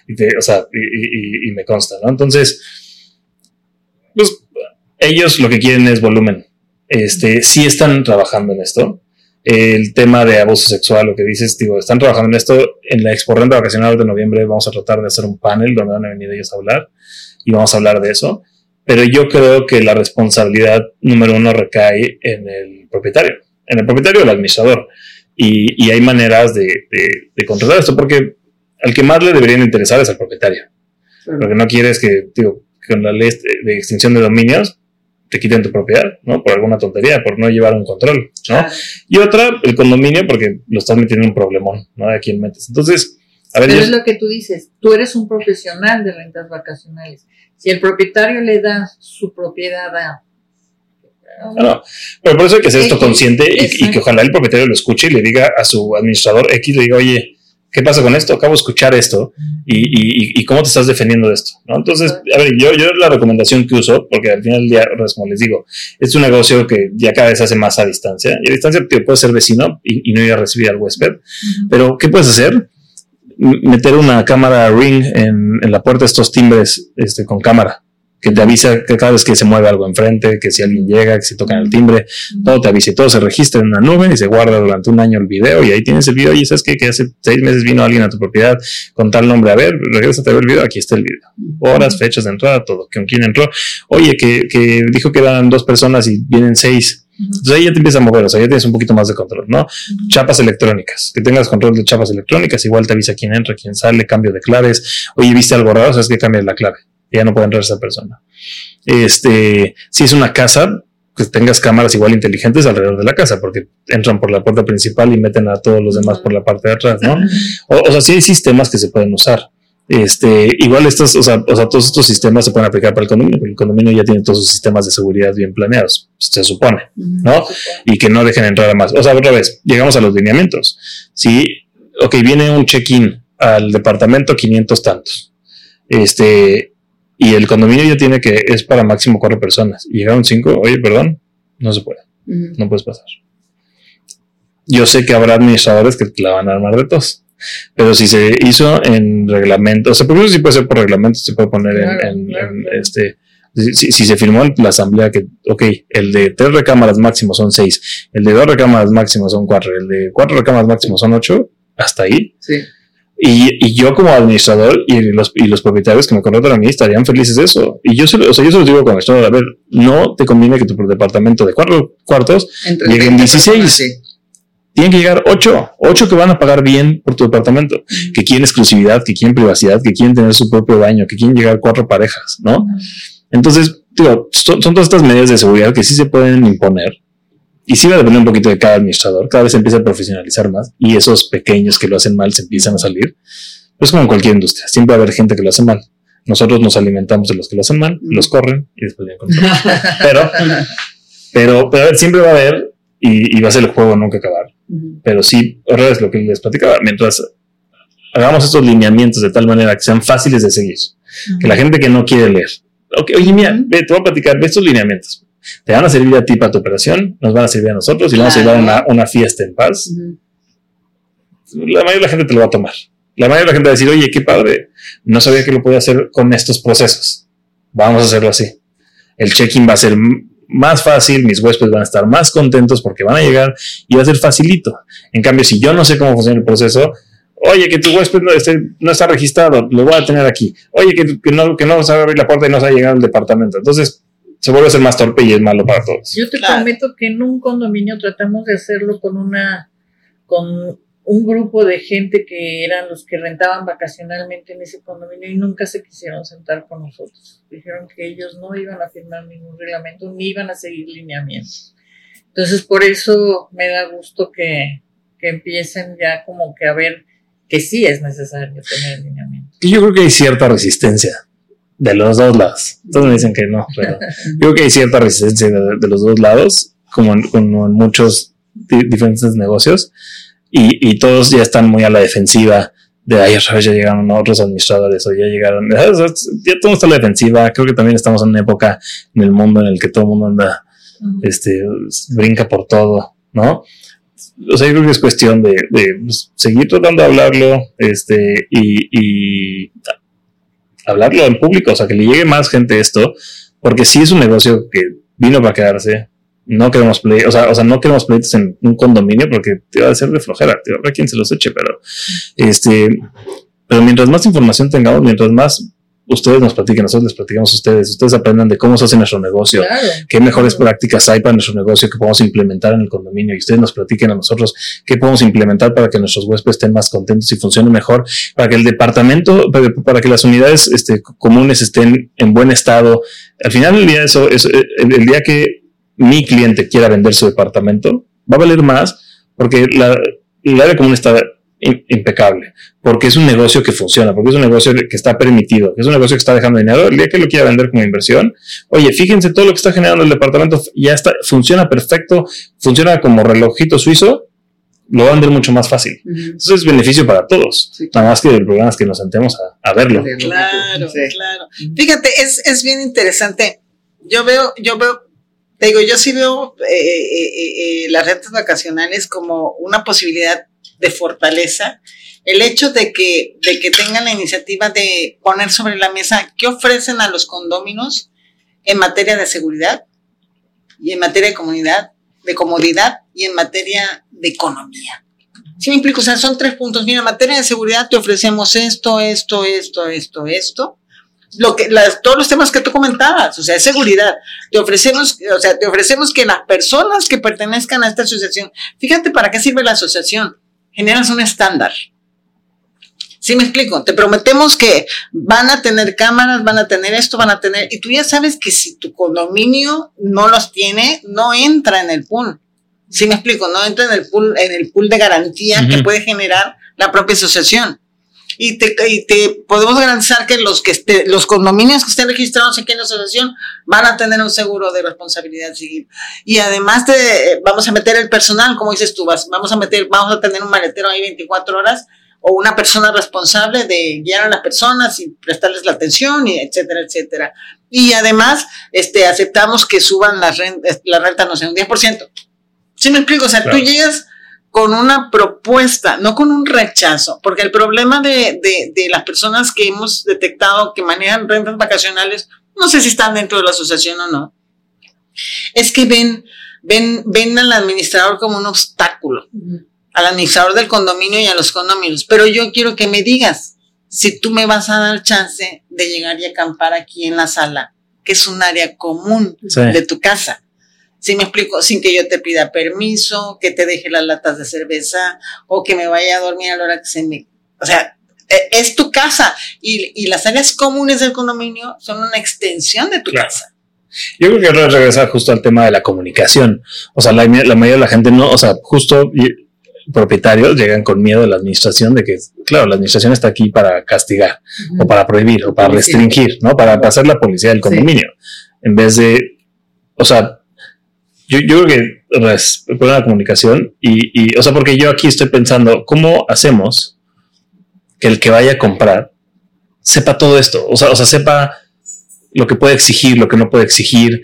Y me consta, ¿no? Entonces, pues, ellos lo que quieren es volumen. Sí están trabajando en esto. El tema de abuso sexual, lo que dices, están trabajando en esto. En la Expo Renta Vacacional de noviembre vamos a tratar de hacer un panel donde van a venir ellos a hablar y vamos a hablar de eso. Pero yo creo que la responsabilidad número 1 recae en el propietario o el administrador. Y hay maneras de controlar esto, porque al que más le deberían interesar es al propietario. Porque no quieres que con la ley de extinción de dominios te quiten tu propiedad, ¿no? Por alguna tontería, por no llevar un control, ¿no? Claro. Y otra, el condominio, porque lo estás metiendo en un problemón, ¿no? ¿A quién metes? Entonces, a ver. Pero es lo que tú dices, tú eres un profesional de rentas vacacionales. Si el propietario le da su propiedad a... No, pero por eso hay que hacer esto consciente y que ojalá el propietario lo escuche y le diga a su administrador X, le diga, oye, ¿qué pasa con esto? Acabo de escuchar esto y ¿cómo te estás defendiendo de esto? ¿No? Entonces, a ver, yo la recomendación que uso, porque al final del día, como les digo, es un negocio que ya cada vez hace más a distancia. Y a distancia puedes ser vecino y no ir a recibir al huésped. Uh-huh. Pero, ¿qué puedes hacer? Meter una cámara Ring en la puerta de estos timbres con cámara, que te avisa que cada vez que se mueve algo enfrente, que si alguien llega, que si tocan el timbre, todo te avisa y todo se registra en una nube y se guarda durante un año el video y ahí tienes el video y sabes que hace 6 meses vino alguien a tu propiedad con tal nombre, a ver, regrésate a ver el video, aquí está el video, horas, fechas de entrada, todo, con quién entró, oye, que dijo que eran 2 personas y vienen 6. Entonces ahí ya te empieza a mover, o sea, ya tienes un poquito más de control, ¿no? Chapas electrónicas, que tengas control de chapas electrónicas, igual te avisa quién entra, quién sale, cambio de claves, oye, viste algo raro, sabes que cambias la clave, ya no puede entrar esa persona. Si es una casa, que tengas cámaras igual inteligentes alrededor de la casa, porque entran por la puerta principal y meten a todos los demás por la parte de atrás, ¿no? O sea, sí hay sistemas que se pueden usar. Igual todos estos sistemas se pueden aplicar para el condominio, porque el condominio ya tiene todos sus sistemas de seguridad bien planeados, se supone, ¿no? Y que no dejen entrar a más. O sea, otra vez, llegamos a los lineamientos. Sí, ok, viene un check-in al departamento 500 tantos. y el condominio ya tiene que es para máximo 4 personas y llegaron 5, oye, perdón, no se puede, no puedes pasar. Yo sé que habrá administradores que la van a armar de tos, pero si se hizo en reglamento, o sea, por eso sí puede ser por reglamento, se puede poner si se firmó en la asamblea que, ok, el de 3 recámaras máximo son 6, el de 2 recámaras máximo son 4, el de 4 recámaras máximo son 8, hasta ahí. Sí. Y yo como administrador y los propietarios que me contratan a mí estarían felices de eso. Y yo se los digo con esto, a ver, no te conviene que tu departamento de 4 cuartos lleguen 16. Sí. Tienen que llegar 8 que van a pagar bien por tu departamento, que quieren exclusividad, que quieren privacidad, que quieren tener su propio baño, que quieren llegar 4 parejas, ¿no? Entonces, digo, son todas estas medidas de seguridad que sí se pueden imponer. Y sí va a depender un poquito de cada administrador. Cada vez se empieza a profesionalizar más y esos pequeños que lo hacen mal se empiezan a salir. Es como en cualquier industria. Siempre va a haber gente que lo hace mal. Nosotros nos alimentamos de los que lo hacen mal, los corren y después vienen con pero a ver, siempre va a haber y va a ser el juego nunca acabar. Pero sí, ahora es lo que les platicaba. Mientras hagamos estos lineamientos de tal manera que sean fáciles de seguir, que la gente que no quiere leer, okay, oye, mira, te voy a platicar de estos lineamientos. Te van a servir a ti para tu operación, nos van a servir a nosotros y vamos a llevar una fiesta en paz. La mayoría de la gente te lo va a tomar. La mayoría de la gente va a decir, oye, qué padre, no sabía que lo podía hacer con estos procesos. Vamos a hacerlo así. El check-in va a ser más fácil, mis huéspedes van a estar más contentos porque van a llegar y va a ser facilito. En cambio, si yo no sé cómo funciona el proceso, oye, que tu huésped no está registrado, lo voy a tener aquí. Oye, que no sabe abrir la puerta y no sabe llegar al departamento. Entonces, se vuelve a ser más torpe y es malo para todos. Yo te prometo que en un condominio tratamos de hacerlo con un grupo de gente que eran los que rentaban vacacionalmente en ese condominio y nunca se quisieron sentar con nosotros. Dijeron que ellos no iban a firmar ningún reglamento ni iban a seguir lineamientos. Entonces, por eso me da gusto que empiecen ya como que a ver que sí es necesario tener lineamientos. Y yo creo que hay cierta resistencia de los dos lados. Todos me dicen que no, pero yo creo que hay cierta resistencia de los dos lados, como en muchos diferentes negocios, y todos ya están muy a la defensiva de ay, ya llegaron otros administradores o ya llegaron, ya todo está a la defensiva. Creo que también estamos en una época en el mundo en el que todo el mundo anda brinca por todo, ¿no? O sea, yo creo que es cuestión de seguir tratando de hablarlo y hablarlo en público, o sea, que le llegue más gente esto, porque sí es un negocio que vino para quedarse. No queremos pleitos, o sea, no queremos pleitos en un condominio porque te va a ser de flojera, te va a haber quien se los eche, pero mientras más información tengamos, mientras más ustedes nos platiquen, nosotros les platicamos a ustedes aprendan de cómo se hace nuestro negocio, claro, qué mejores prácticas hay para nuestro negocio que podemos implementar en el condominio, y ustedes nos platiquen a nosotros qué podemos implementar para que nuestros huéspedes estén más contentos y funcione mejor, para que el departamento, para que las unidades comunes estén en buen estado. Al final del día, el día que mi cliente quiera vender su departamento, va a valer más porque el área común está impecable, porque es un negocio que funciona, porque es un negocio que está permitido, que es un negocio que está dejando dinero. El día que lo quiera vender como inversión, oye, fíjense todo lo que está generando el departamento, ya está, funciona perfecto, funciona como relojito suizo, lo va a vender mucho más fácil. Entonces es beneficio para todos. Sí. Nada más que el problema es que nos sentemos a verlo. Claro, sí, claro. Fíjate, es bien interesante. Yo veo, te digo, yo sí veo las rentas vacacionales como una posibilidad de fortaleza. El hecho de que tengan la iniciativa de poner sobre la mesa qué ofrecen a los condóminos en materia de seguridad y en materia de comodidad y en materia de economía. ¿Sí me explico? O sea, son 3 puntos. Mira, en materia de seguridad te ofrecemos esto. Todos los temas que tú comentabas, o sea, seguridad. Te ofrecemos que las personas que pertenezcan a esta asociación, fíjate para qué sirve la asociación, generas un estándar. ¿Sí me explico? Te prometemos que van a tener cámaras, van a tener esto, y tú ya sabes que si tu condominio no los tiene, no entra en el pool. ¿Sí me explico? No entra en el pool de garantía que puede generar la propia asociación. Y te podemos garantizar que los condominios que estén registrados aquí en la asociación van a tener un seguro de responsabilidad civil. Y además vamos a meter el personal, como dices tú, vamos a tener un maletero ahí 24 horas. o una persona responsable de guiar a las personas y prestarles la atención, y etcétera, etcétera. Y además, aceptamos que suban la renta, no sé, un 10%. ¿Sí me explico? O sea, claro, tú llegas con una propuesta, no con un rechazo, porque el problema de las personas que hemos detectado que manejan rentas vacacionales, no sé si están dentro de la asociación o no, es que ven al administrador como un obstáculo, al administrador del condominio y a los condominios. Pero yo quiero que me digas si tú me vas a dar chance de llegar y acampar aquí en la sala, que es un área común de tu casa. ¿Sí me explico? Sin que yo te pida permiso, que te deje las latas de cerveza o que me vaya a dormir a la hora que se me... O sea, es tu casa y las áreas comunes del condominio son una extensión de tu casa. Yo creo que ahora regresar justo al tema de la comunicación. O sea, la mayoría de la gente no, o sea, justo propietarios llegan con miedo de la administración de que, claro, la administración está aquí para castigar o para prohibir o para restringir, ¿no? Para hacer la policía del condominio. En vez de, o sea, yo creo que por la comunicación y, o sea, porque yo aquí estoy pensando, ¿cómo hacemos que el que vaya a comprar sepa todo esto? O sea, sepa lo que puede exigir, lo que no puede exigir,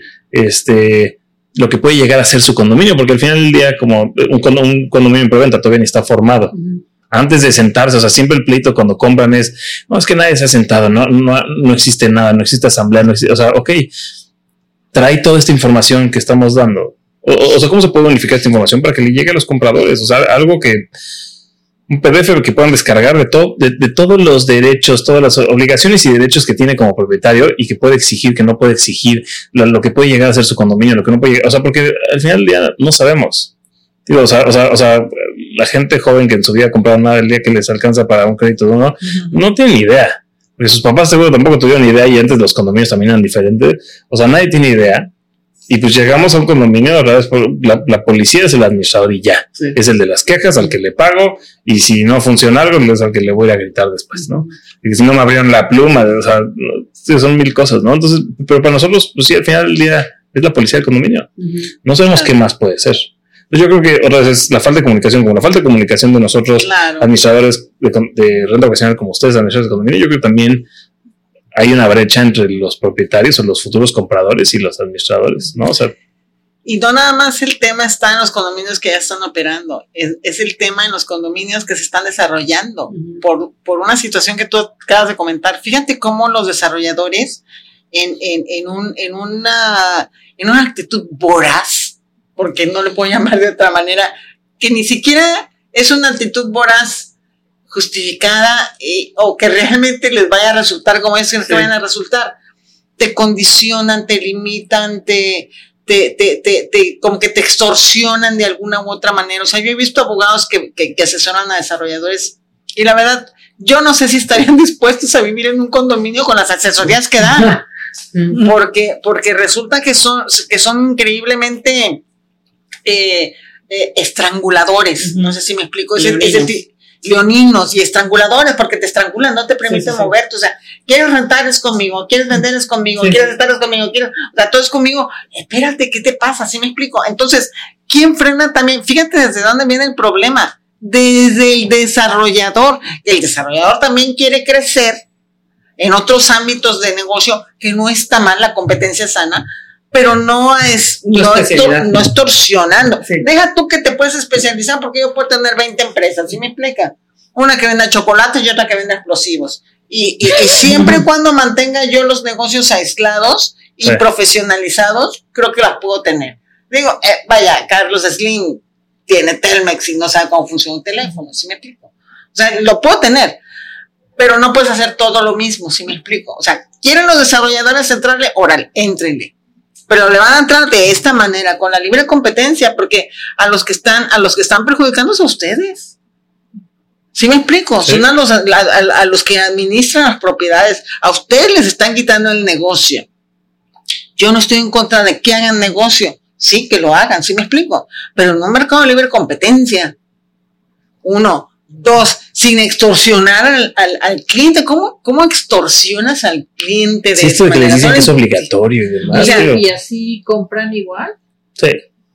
lo que puede llegar a ser su condominio, porque al final del día, como un condominio en preventa todavía ni está formado. Antes de sentarse, o sea, siempre el pleito cuando compran es que nadie se ha sentado, no existe nada, no existe asamblea, no existe, o sea, ok, trae toda esta información que estamos dando. O sea, ¿cómo se puede unificar esta información para que le llegue a los compradores? O sea, algo que un PDF que puedan descargar de todos los derechos, todas las obligaciones y derechos que tiene como propietario y que puede exigir, que no puede exigir, lo que puede llegar a ser su condominio, lo que no puede llegar, o sea, porque al final del día no sabemos. Digo, o sea, la gente joven que en su vida ha comprado nada el día que les alcanza para un crédito de uno, no tiene ni idea. Porque sus papás seguro tampoco tuvieron ni idea y antes los condominios también eran diferentes. O sea, nadie tiene idea. Y pues llegamos a un condominio, la policía es el administrador y ya. Sí. Es el de las quejas al que le pago y si no funciona algo es al que le voy a gritar después, ¿no? Y si no me abrieron la pluma, o sea, son mil cosas, ¿no? Entonces, pero para nosotros, pues sí, al final del día es la policía del condominio. No sabemos qué más puede ser. Yo creo que otra vez es la falta de comunicación, como la falta de comunicación de nosotros, administradores de renta vacacional como ustedes, administradores de condominio. Yo creo que también hay una brecha entre los propietarios o los futuros compradores y los administradores, ¿no? O sea, y no nada más el tema está en los condominios que ya están operando, es el tema en los condominios que se están desarrollando por una situación que tú acabas de comentar. Fíjate cómo los desarrolladores en una actitud voraz, porque no le puedo llamar de otra manera, que ni siquiera es una actitud voraz justificada o que realmente les vaya a resultar como es que vayan a resultar, te condicionan, te limitan, como que te extorsionan de alguna u otra manera. O sea, yo he visto abogados que asesoran a desarrolladores y la verdad, yo no sé si estarían dispuestos a vivir en un condominio con las asesorías que dan, porque resulta que son increíblemente estranguladores. No sé si me explico. Leoninos y estranguladores, porque te estrangulan, no te permiten moverte. O sea, quieres rentar es conmigo, quieres vender es conmigo, quieres estar es conmigo, o sea, todo es conmigo. Espérate, ¿qué te pasa? ¿Sí me explico? Entonces, ¿quién frena también? Fíjate desde dónde viene el problema. Desde el desarrollador. El desarrollador también quiere crecer en otros ámbitos de negocio, que no está mal, la competencia sana, pero no extorsionando. Sí. Deja tú que te puedes especializar, porque yo puedo tener 20 empresas, ¿sí me explica? Una que venda chocolates y otra que venda explosivos. Y siempre y cuando mantenga yo los negocios aislados y profesionalizados, creo que las puedo tener. Digo, vaya, Carlos Slim tiene Telmex y no sabe cómo funciona un teléfono, ¿sí me explico? O sea, lo puedo tener, pero no puedes hacer todo lo mismo, ¿sí me explico? O sea, quieren los desarrolladores entrarle, órale, éntrenle. Pero le van a entrar de esta manera, con la libre competencia, porque a los que están perjudicando son a ustedes. ¿Sí me explico? Sí. Son a los que administran las propiedades. A ustedes les están quitando el negocio. Yo no estoy en contra de que hagan negocio. Sí, que lo hagan, ¿sí me explico? Pero en un mercado de libre competencia. 1, 2, sin extorsionar al cliente. ¿Cómo extorsionas al cliente de esto de que les dicen que es obligatorio y demás? O sea, ¿y así compran igual? Sí.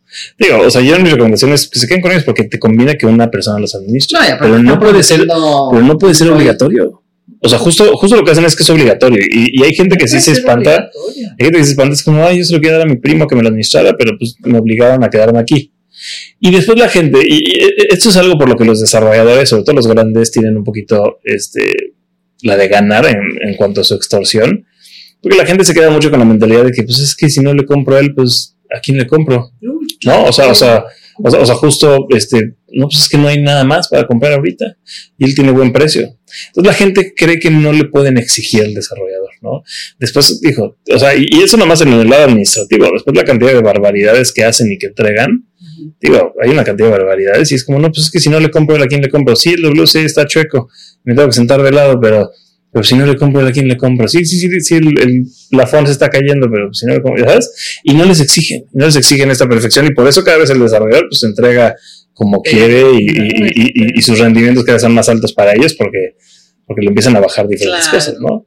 Digo, o sea, yo en mis recomendaciones que se queden con ellos porque te conviene que una persona los administre. No, pero no puede ser obligatorio. O sea, justo lo que hacen es que es obligatorio. Y hay gente que sí se espanta. Hay gente que se espanta, es como, ay, yo se lo quiero dar a mi primo que me lo administrara, pero pues me obligaron a quedarme aquí. Y después la gente, y esto es algo por lo que los desarrolladores, sobre todo los grandes, tienen un poquito la de ganar en cuanto a su extorsión. Porque la gente se queda mucho con la mentalidad de que, pues es que si no le compro a él, pues ¿a quién le compro? ¿No? O sea, justo, no, pues es que no hay nada más para comprar ahorita y él tiene buen precio. Entonces la gente cree que no le pueden exigir al desarrollador, ¿no? Después dijo, o sea, y eso nomás en el lado administrativo, después la cantidad de barbaridades que hacen y que entregan, digo, hay una cantidad de barbaridades y es como, no, pues es que si no le compro, ¿a quién le compro? Sí, el WC está chueco, me tengo que sentar de lado, pero si no le compro, ¿a quién le compro? Sí, el plafón se está cayendo, pero si no le compro, ¿sabes? Y no les exigen esta perfección y por eso cada vez el desarrollador pues entrega como quiere y sus rendimientos cada vez son más altos para ellos porque le empiezan a bajar diferentes cosas, ¿no?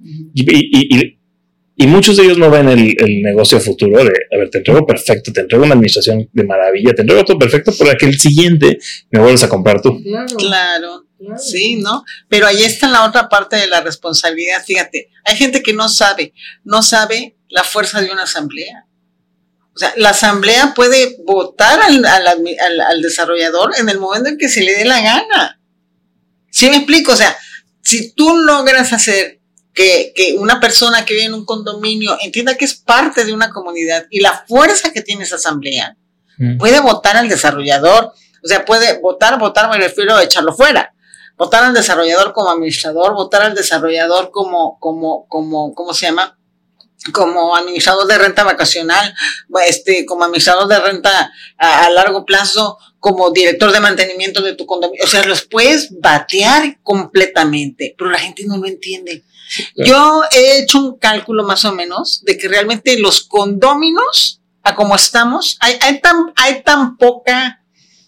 Y muchos de ellos no ven el negocio futuro de, a ver, te entrego perfecto, te entrego una administración de maravilla, te entrego todo perfecto para que el siguiente me vuelvas a comprar tú. Claro. Sí, ¿no? Pero ahí está la otra parte de la responsabilidad. Fíjate, hay gente que no sabe la fuerza de una asamblea. O sea, la asamblea puede votar al desarrollador en el momento en que se le dé la gana. ¿Sí me explico? O sea, si tú logras hacer que una persona que vive en un condominio entienda que es parte de una comunidad y la fuerza que tiene esa asamblea, puede votar al desarrollador. O sea, puede votar, me refiero a echarlo fuera. Votar al desarrollador como administrador, votar al desarrollador como ¿cómo se llama? Como administrador de renta vacacional, como administrador de renta a largo plazo, como director de mantenimiento de tu condominio. O sea, los puedes batear completamente, pero la gente no lo entiende. Yo he hecho un cálculo más o menos de que realmente los condóminos, a como estamos, hay tan poca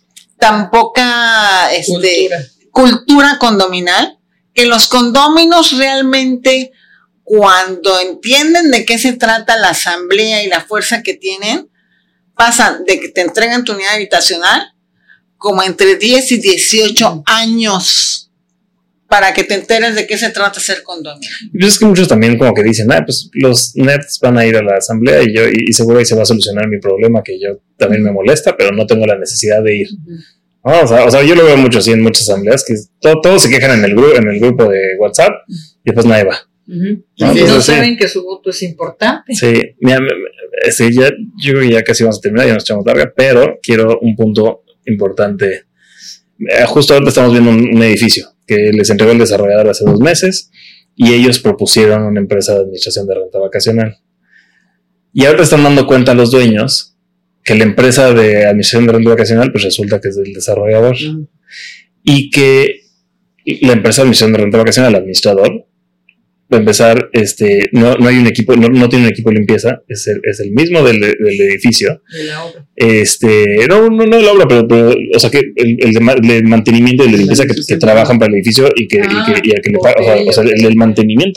cultura condominal, que los condóminos realmente, cuando entienden de qué se trata la asamblea y la fuerza que tienen, pasan de que te entregan tu unidad habitacional como entre 10 y 18 años para que te enteres de qué se trata ser condominio. Y es que muchos también como que dicen, pues los nerds van a ir a la asamblea y seguro ahí se va a solucionar mi problema que yo también me molesta, pero no tengo la necesidad de ir. No, o sea, yo lo veo mucho así en muchas asambleas, que todos se quejan en el grupo de WhatsApp y después nadie va. No saben que su voto es importante. Sí, mira, yo creo que ya casi vamos a terminar, ya nos echamos larga, pero quiero un punto importante. Justo ahora estamos viendo un edificio que les entregó el desarrollador hace 2 meses y ellos propusieron una empresa de administración de renta vacacional. Y ahora están dando cuenta a los dueños que la empresa de administración de renta vacacional pues resulta que es del desarrollador y que la empresa de administración de renta vacacional, el administrador, va a empezar, no hay un equipo, no tiene un equipo de limpieza, es el mismo del edificio. De la obra. No de la obra, pero o sea que el de mantenimiento y de limpieza que trabajan para el edificio y que le pagan, o sea, el del mantenimiento.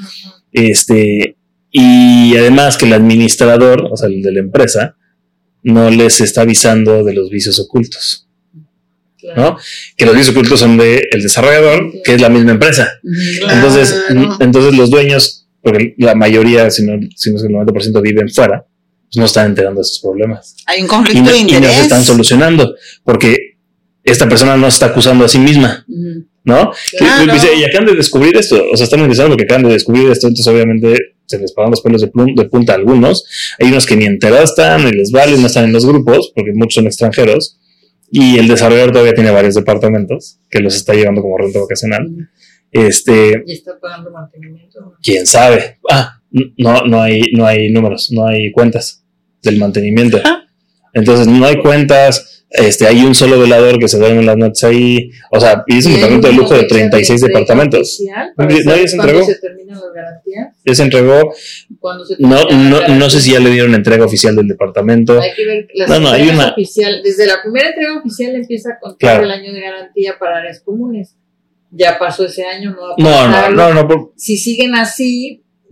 Y además que el administrador, o sea, el de la empresa, no les está avisando de los vicios ocultos. Claro. ¿No? Que los vicios ocultos son del desarrollador, que es la misma empresa. Claro. Entonces los dueños, porque la mayoría, si no es el 90% viven fuera, pues no están enterando de esos problemas. Hay un conflicto de interés. Y no se están solucionando, porque esta persona no se está acusando a sí misma, ¿no? Claro. Y acaban de descubrir esto, o sea, están empezando porque acaban de descubrir esto, entonces obviamente se les pagan los pelos de punta a algunos. Hay unos que ni enterados están, ni les vale, no están en los grupos, porque muchos son extranjeros. Y el desarrollador todavía tiene varios departamentos que los está llevando como renta vacacional. ¿Y está pagando mantenimiento? ¿Quién sabe? No hay números, no hay cuentas del mantenimiento. Entonces no hay cuentas. Hay un solo velador que se duerme en las noches ahí. O sea, y es un departamento de lujo de 36 departamentos. ¿Nadie se entregó? ¿Se terminan las garantías? Ya se entregó. No sé si ya le dieron entrega oficial del departamento. Hay que ver las entregas oficial. Desde la primera entrega oficial empieza a contar el año de garantía para áreas comunes. Ya pasó ese año, no va a pasar. No. Si siguen así, van a llegar al año y luego van a decir, bueno, gracias, bye. Sí, no, es un relajo. A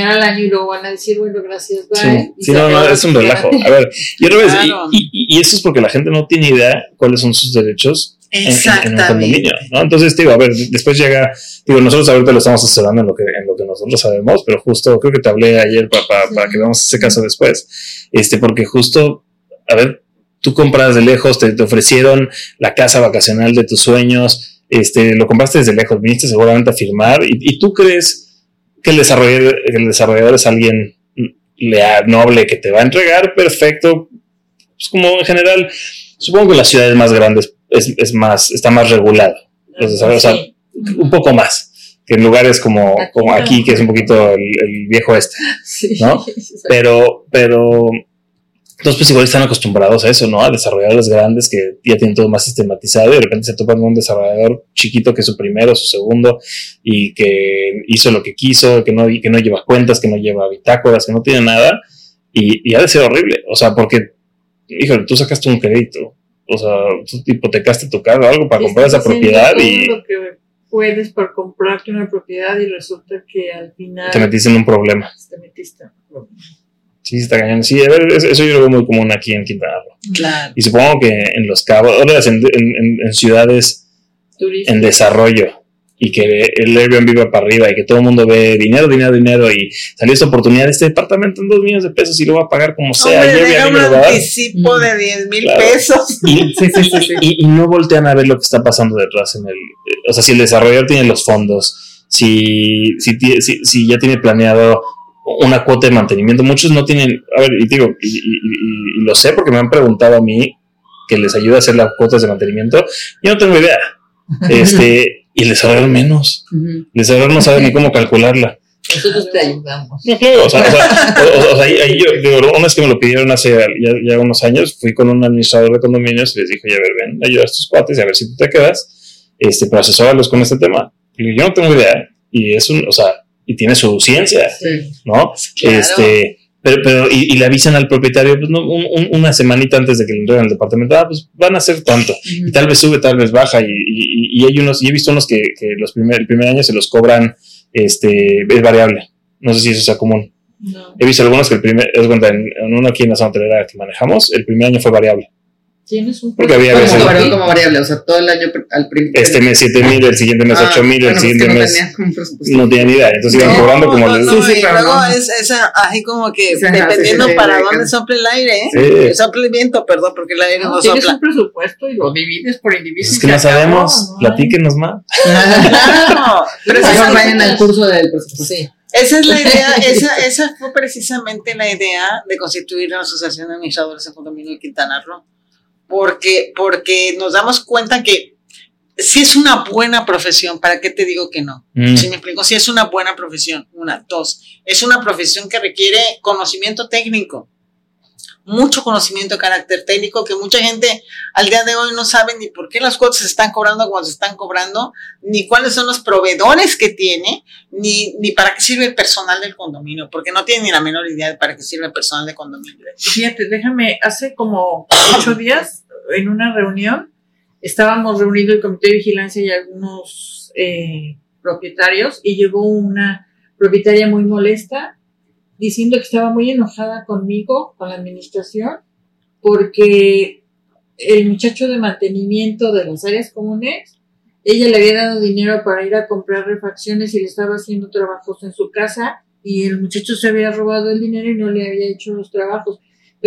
ver, Y es un relajo. A ver, y otra vez, Claro. y eso es porque la gente no tiene idea cuáles son sus derechos en un condominio, ¿no? Entonces, a ver, después llega, nosotros ahorita lo estamos asesorando en lo que nosotros sabemos, pero justo creo que te hablé ayer para que veamos ese caso después, porque justo, a ver, tú compras de lejos, te ofrecieron la casa vacacional de tus sueños, lo compraste desde lejos, viniste seguramente a firmar, y tú crees que el desarrollador es alguien noble que te va a entregar perfecto, pues como en general, supongo que las ciudades más grandes está más regulado, entonces, o sea, un poco más que en lugares como aquí, que es un poquito el viejo ¿no? Pero entonces pues igual están acostumbrados a eso, ¿no? A desarrolladores grandes que ya tienen todo más sistematizado y de repente se topan con un desarrollador chiquito que es su primero, su segundo, y que hizo lo que quiso, que no lleva cuentas, que no lleva bitácoras, que no tiene nada, y ha de ser horrible, o sea, porque, híjole, tú sacaste un crédito, o sea, tú hipotecaste tu casa o algo para comprar esa propiedad y lo que puedes por comprarte una propiedad y resulta que al final te metiste en un problema. Sí, está cañón. Sí, a ver, eso yo lo veo muy común aquí en Quintana Roo. Claro. Y supongo que en Los Cabos, ahora en ciudades turísticas en desarrollo, y que el Airbnb va para arriba y que todo el mundo ve dinero y salió esta oportunidad, este departamento en $2 millones y lo va a pagar como sea. Hombre, y deja Airbnb un lo va a dar. anticipo de 10,000 Claro. pesos. Y no voltean a ver lo que está pasando detrás o sea, si el desarrollador tiene los fondos, si ya tiene planeado una cuota de mantenimiento, muchos no tienen, a ver, y digo, y lo sé porque me han preguntado a mí que les ayuda a hacer las cuotas de mantenimiento, yo no tengo idea, y el desarrollador menos, el desarrollador no sabe ni cómo calcularla. nosotros te ayudamos. No, claro, o sea, ahí yo digo, una vez que me lo pidieron hace ya unos años, fui con un administrador de condominios y les dije, a ver, ven, ayuda a estos cuates y a ver si tú te quedas, para asesorarlos con este tema. Y yo no tengo idea, y y tiene su ciencia, ¿no? Claro. Pero le avisan al propietario, pues, no, una semanita antes de que le entreguen al departamento, pues van a hacer tanto, y tal vez sube, tal vez baja, y hay unos, y he visto unos que el primer año se los cobran, es variable, no sé si eso sea común. No. He visto algunos que en uno aquí en la zona hotelera que manejamos, el primer año fue variable. Tienes un Porque había veces como variable, o sea, todo el año al principio. este mes 7,000, el siguiente mes 8,000, el siguiente mes no tenían ni idea, entonces iban cobrando como les No, Sí, y pero luego no. es así como que Sí, dependiendo sí, para sí, dónde sí. sople el aire, Sí. sople el viento, perdón, porque el aire no tienes sopla. un presupuesto y lo divides por individuos. Pues es que no sabemos, platíquenos más. Claro, pero Mejor vayan al curso del presupuesto. Sí. esa es la idea, esa fue precisamente la idea de constituir la Asociación de Administradores en Condominio de Quintana Roo, porque nos damos cuenta que si es una buena profesión, ¿para qué te digo que no? Si me explico, si es una buena profesión, es una profesión que requiere conocimiento técnico, mucho conocimiento de carácter técnico, que mucha gente al día de hoy no sabe ni por qué las cuotas se están cobrando como se están cobrando, ni cuáles son los proveedores que tiene, ni para qué sirve el personal del condominio, porque no tienen ni la menor idea de para qué sirve el personal del condominio. Fíjate, hace como 8 días, en una reunión, estábamos reunidos el comité de vigilancia y algunos propietarios, y llegó una propietaria muy molesta, diciendo que estaba muy enojada conmigo, con la administración, porque el muchacho de mantenimiento de las áreas comunes, ella le había dado dinero para ir a comprar refacciones y le estaba haciendo trabajos en su casa, y el muchacho se había robado el dinero y no le había hecho los trabajos.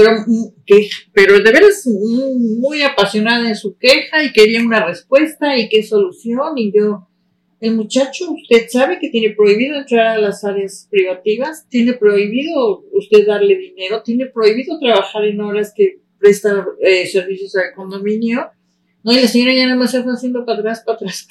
Pero de veras muy apasionada en su queja y quería una respuesta y qué solución, y yo... El muchacho, usted sabe que tiene prohibido entrar a las áreas privativas, tiene prohibido usted darle dinero, tiene prohibido trabajar en horas que presta servicios al condominio, ¿no? Y la señora ya nada más se fue haciendo para atrás.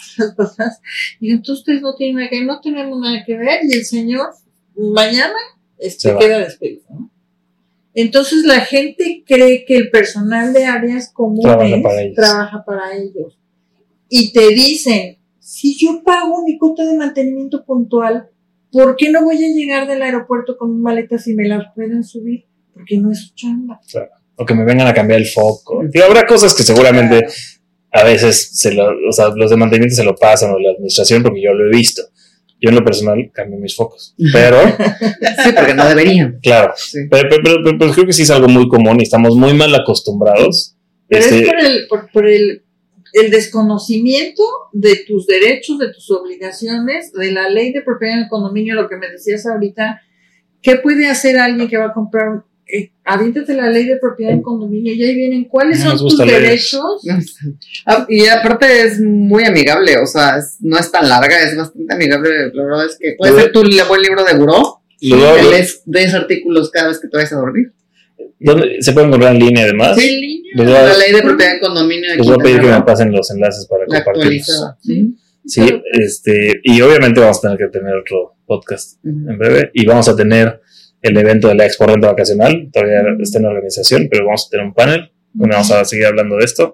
Y entonces ustedes no tienen nada que ver, no tenemos nada que ver, y el señor mañana queda despedido, ¿no? Entonces la gente cree que el personal de áreas comunes trabaja para ellos. Y te dicen, si yo pago mi cuota de mantenimiento puntual, ¿por qué no voy a llegar del aeropuerto con maletas y me las pueden subir? Porque no es su chamba. Claro. O que me vengan a cambiar el foco. Y habrá cosas que seguramente a veces los de mantenimiento se lo pasan, o la administración, porque yo lo he visto. Yo en lo personal cambio mis focos, pero Sí, porque no deberían. claro, Sí. pero creo que sí es algo muy común y estamos muy mal acostumbrados. Pero es por el desconocimiento de tus derechos, de tus obligaciones, de la ley de propiedad en el condominio, lo que me decías ahorita. ¿Qué puede hacer alguien que va a comprar? Aviéntate la ley de propiedad en condominio y ahí vienen cuáles No son nos tus gusta leer. derechos. Y aparte es muy amigable, o sea, no es tan larga, es bastante amigable. La verdad es que puede ser tu buen libro de buró, Luego, que lees artículos cada vez que te vayas a dormir. ¿dónde se pueden comprar en línea además? Sí, en línea. Les voy a- La ley de propiedad en condominio de Les voy a pedir que Quintana me pasen los enlaces para Roo, la compartirlos. actualizada. Sí, y obviamente vamos a tener que tener otro podcast en breve y vamos a tener el evento de la Expo Renta Vacacional, todavía está en organización, pero vamos a tener un panel donde vamos a seguir hablando de esto.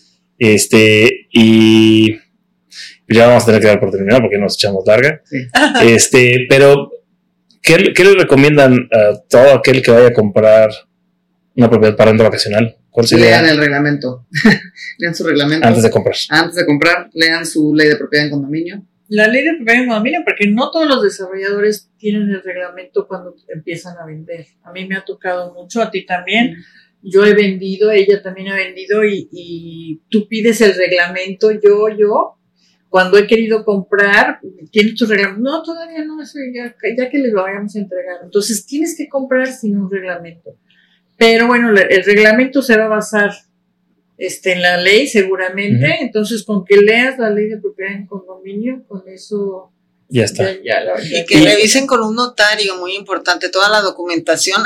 Y ya vamos a tener que dar por terminado porque nos echamos larga. Sí. Pero ¿qué le recomiendan a todo aquel que vaya a comprar una propiedad para renta vacacional? ¿Cuál sería? Lean el reglamento. Lean su reglamento. Antes de comprar. Antes de comprar, lean su ley de propiedad en condominio. La ley de propiedad en condominio, porque no todos los desarrolladores tienen el reglamento cuando empiezan a vender. A mí me ha tocado mucho, a ti también. Yo he vendido, ella también ha vendido y tú pides el reglamento. Yo, cuando he querido comprar, tienes tu reglamento. No, todavía no, eso ya que les lo vayamos a entregar. Entonces tienes que comprar sin un reglamento. Pero bueno, el reglamento se va a basar en la ley seguramente. Entonces con que leas la ley de propiedad en condominio, con eso Ya está. Y que revisen con un notario, muy importante, toda la documentación.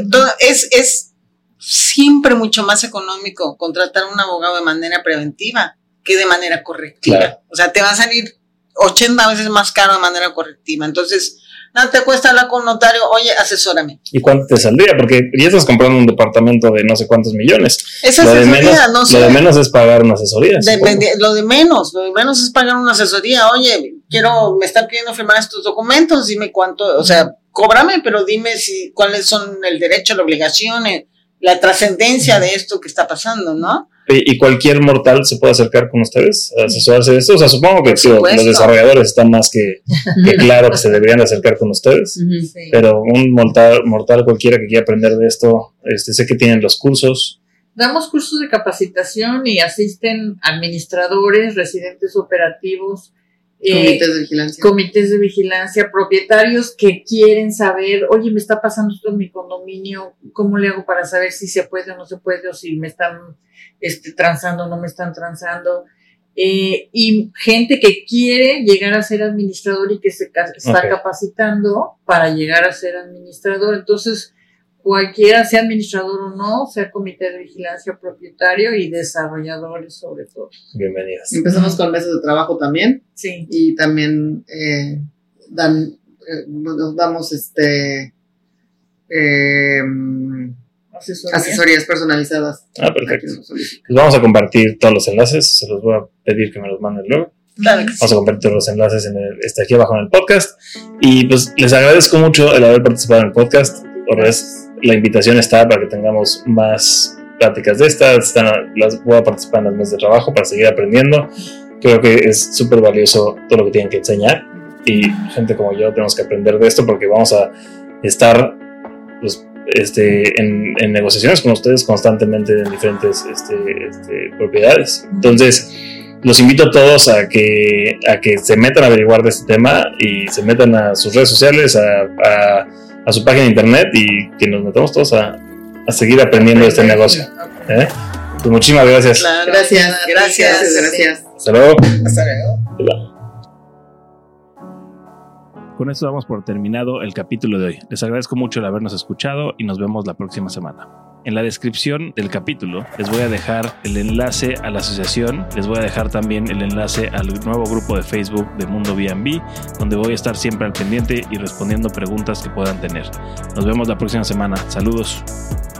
Es siempre mucho más económico contratar a un abogado de manera preventiva que de manera correctiva. Claro. O sea, te va a salir 80 veces más caro de manera correctiva. Entonces, nada te cuesta hablar con un notario, oye, asesórame. ¿Y cuánto te saldría? Porque ya estás comprando un departamento de no sé cuántos millones. Esa Lo de asesoría, no sé. Lo de menos es pagar una asesoría. Lo de menos es pagar una asesoría. Oye, me están pidiendo firmar estos documentos, dime cuánto, o sea, cóbrame, pero dime cuáles son el derecho, la obligación, la trascendencia de esto que está pasando, ¿no? ¿Y cualquier mortal se puede acercar con ustedes a asesorarse de esto? O sea, supongo que los desarrolladores están más que claro que se deberían acercar con ustedes, Sí. pero un mortal cualquiera que quiera aprender de esto, sé que tienen los cursos. Damos cursos de capacitación y asisten administradores, residentes operativos, comités de vigilancia, propietarios que quieren saber, oye, me está pasando esto en mi condominio, ¿cómo le hago para saber si se puede o no se puede, o si me están transando o no me están transando? Y gente que quiere llegar a ser administrador y que se está capacitando para llegar a ser administrador. Entonces, cualquiera, sea administrador o no, sea comité de vigilancia, propietario y desarrolladores sobre todo. Bienvenidos. Empezamos con mesas de trabajo también. Sí. Y también damos asesorías personalizadas. Perfecto. Pues vamos a compartir todos los enlaces, se los voy a pedir que me los manden luego. Claro que sí. Vamos a compartir todos los enlaces aquí abajo en el podcast. Y pues les agradezco mucho el haber participado en el podcast. Por eso la invitación está para que tengamos más pláticas de estas. Voy a participar en las mesas de trabajo para seguir aprendiendo. Creo que es súper valioso todo lo que tienen que enseñar. Y gente como yo tenemos que aprender de esto porque vamos a estar pues, en negociaciones con ustedes constantemente en diferentes propiedades. Entonces los invito a todos a que se metan a averiguar de este tema y se metan a sus redes sociales, a su página de internet y que nos metamos todos a seguir aprendiendo de este negocio. Pues muchísimas gracias. Claro. Gracias. Hasta luego. Hasta luego. Con esto damos por terminado el capítulo de hoy. Les agradezco mucho el habernos escuchado y nos vemos la próxima semana. En la descripción del capítulo les voy a dejar el enlace a la asociación, les voy a dejar también el enlace al nuevo grupo de Facebook de Mundo B&B, donde voy a estar siempre al pendiente y respondiendo preguntas que puedan tener. Nos vemos la próxima semana. Saludos.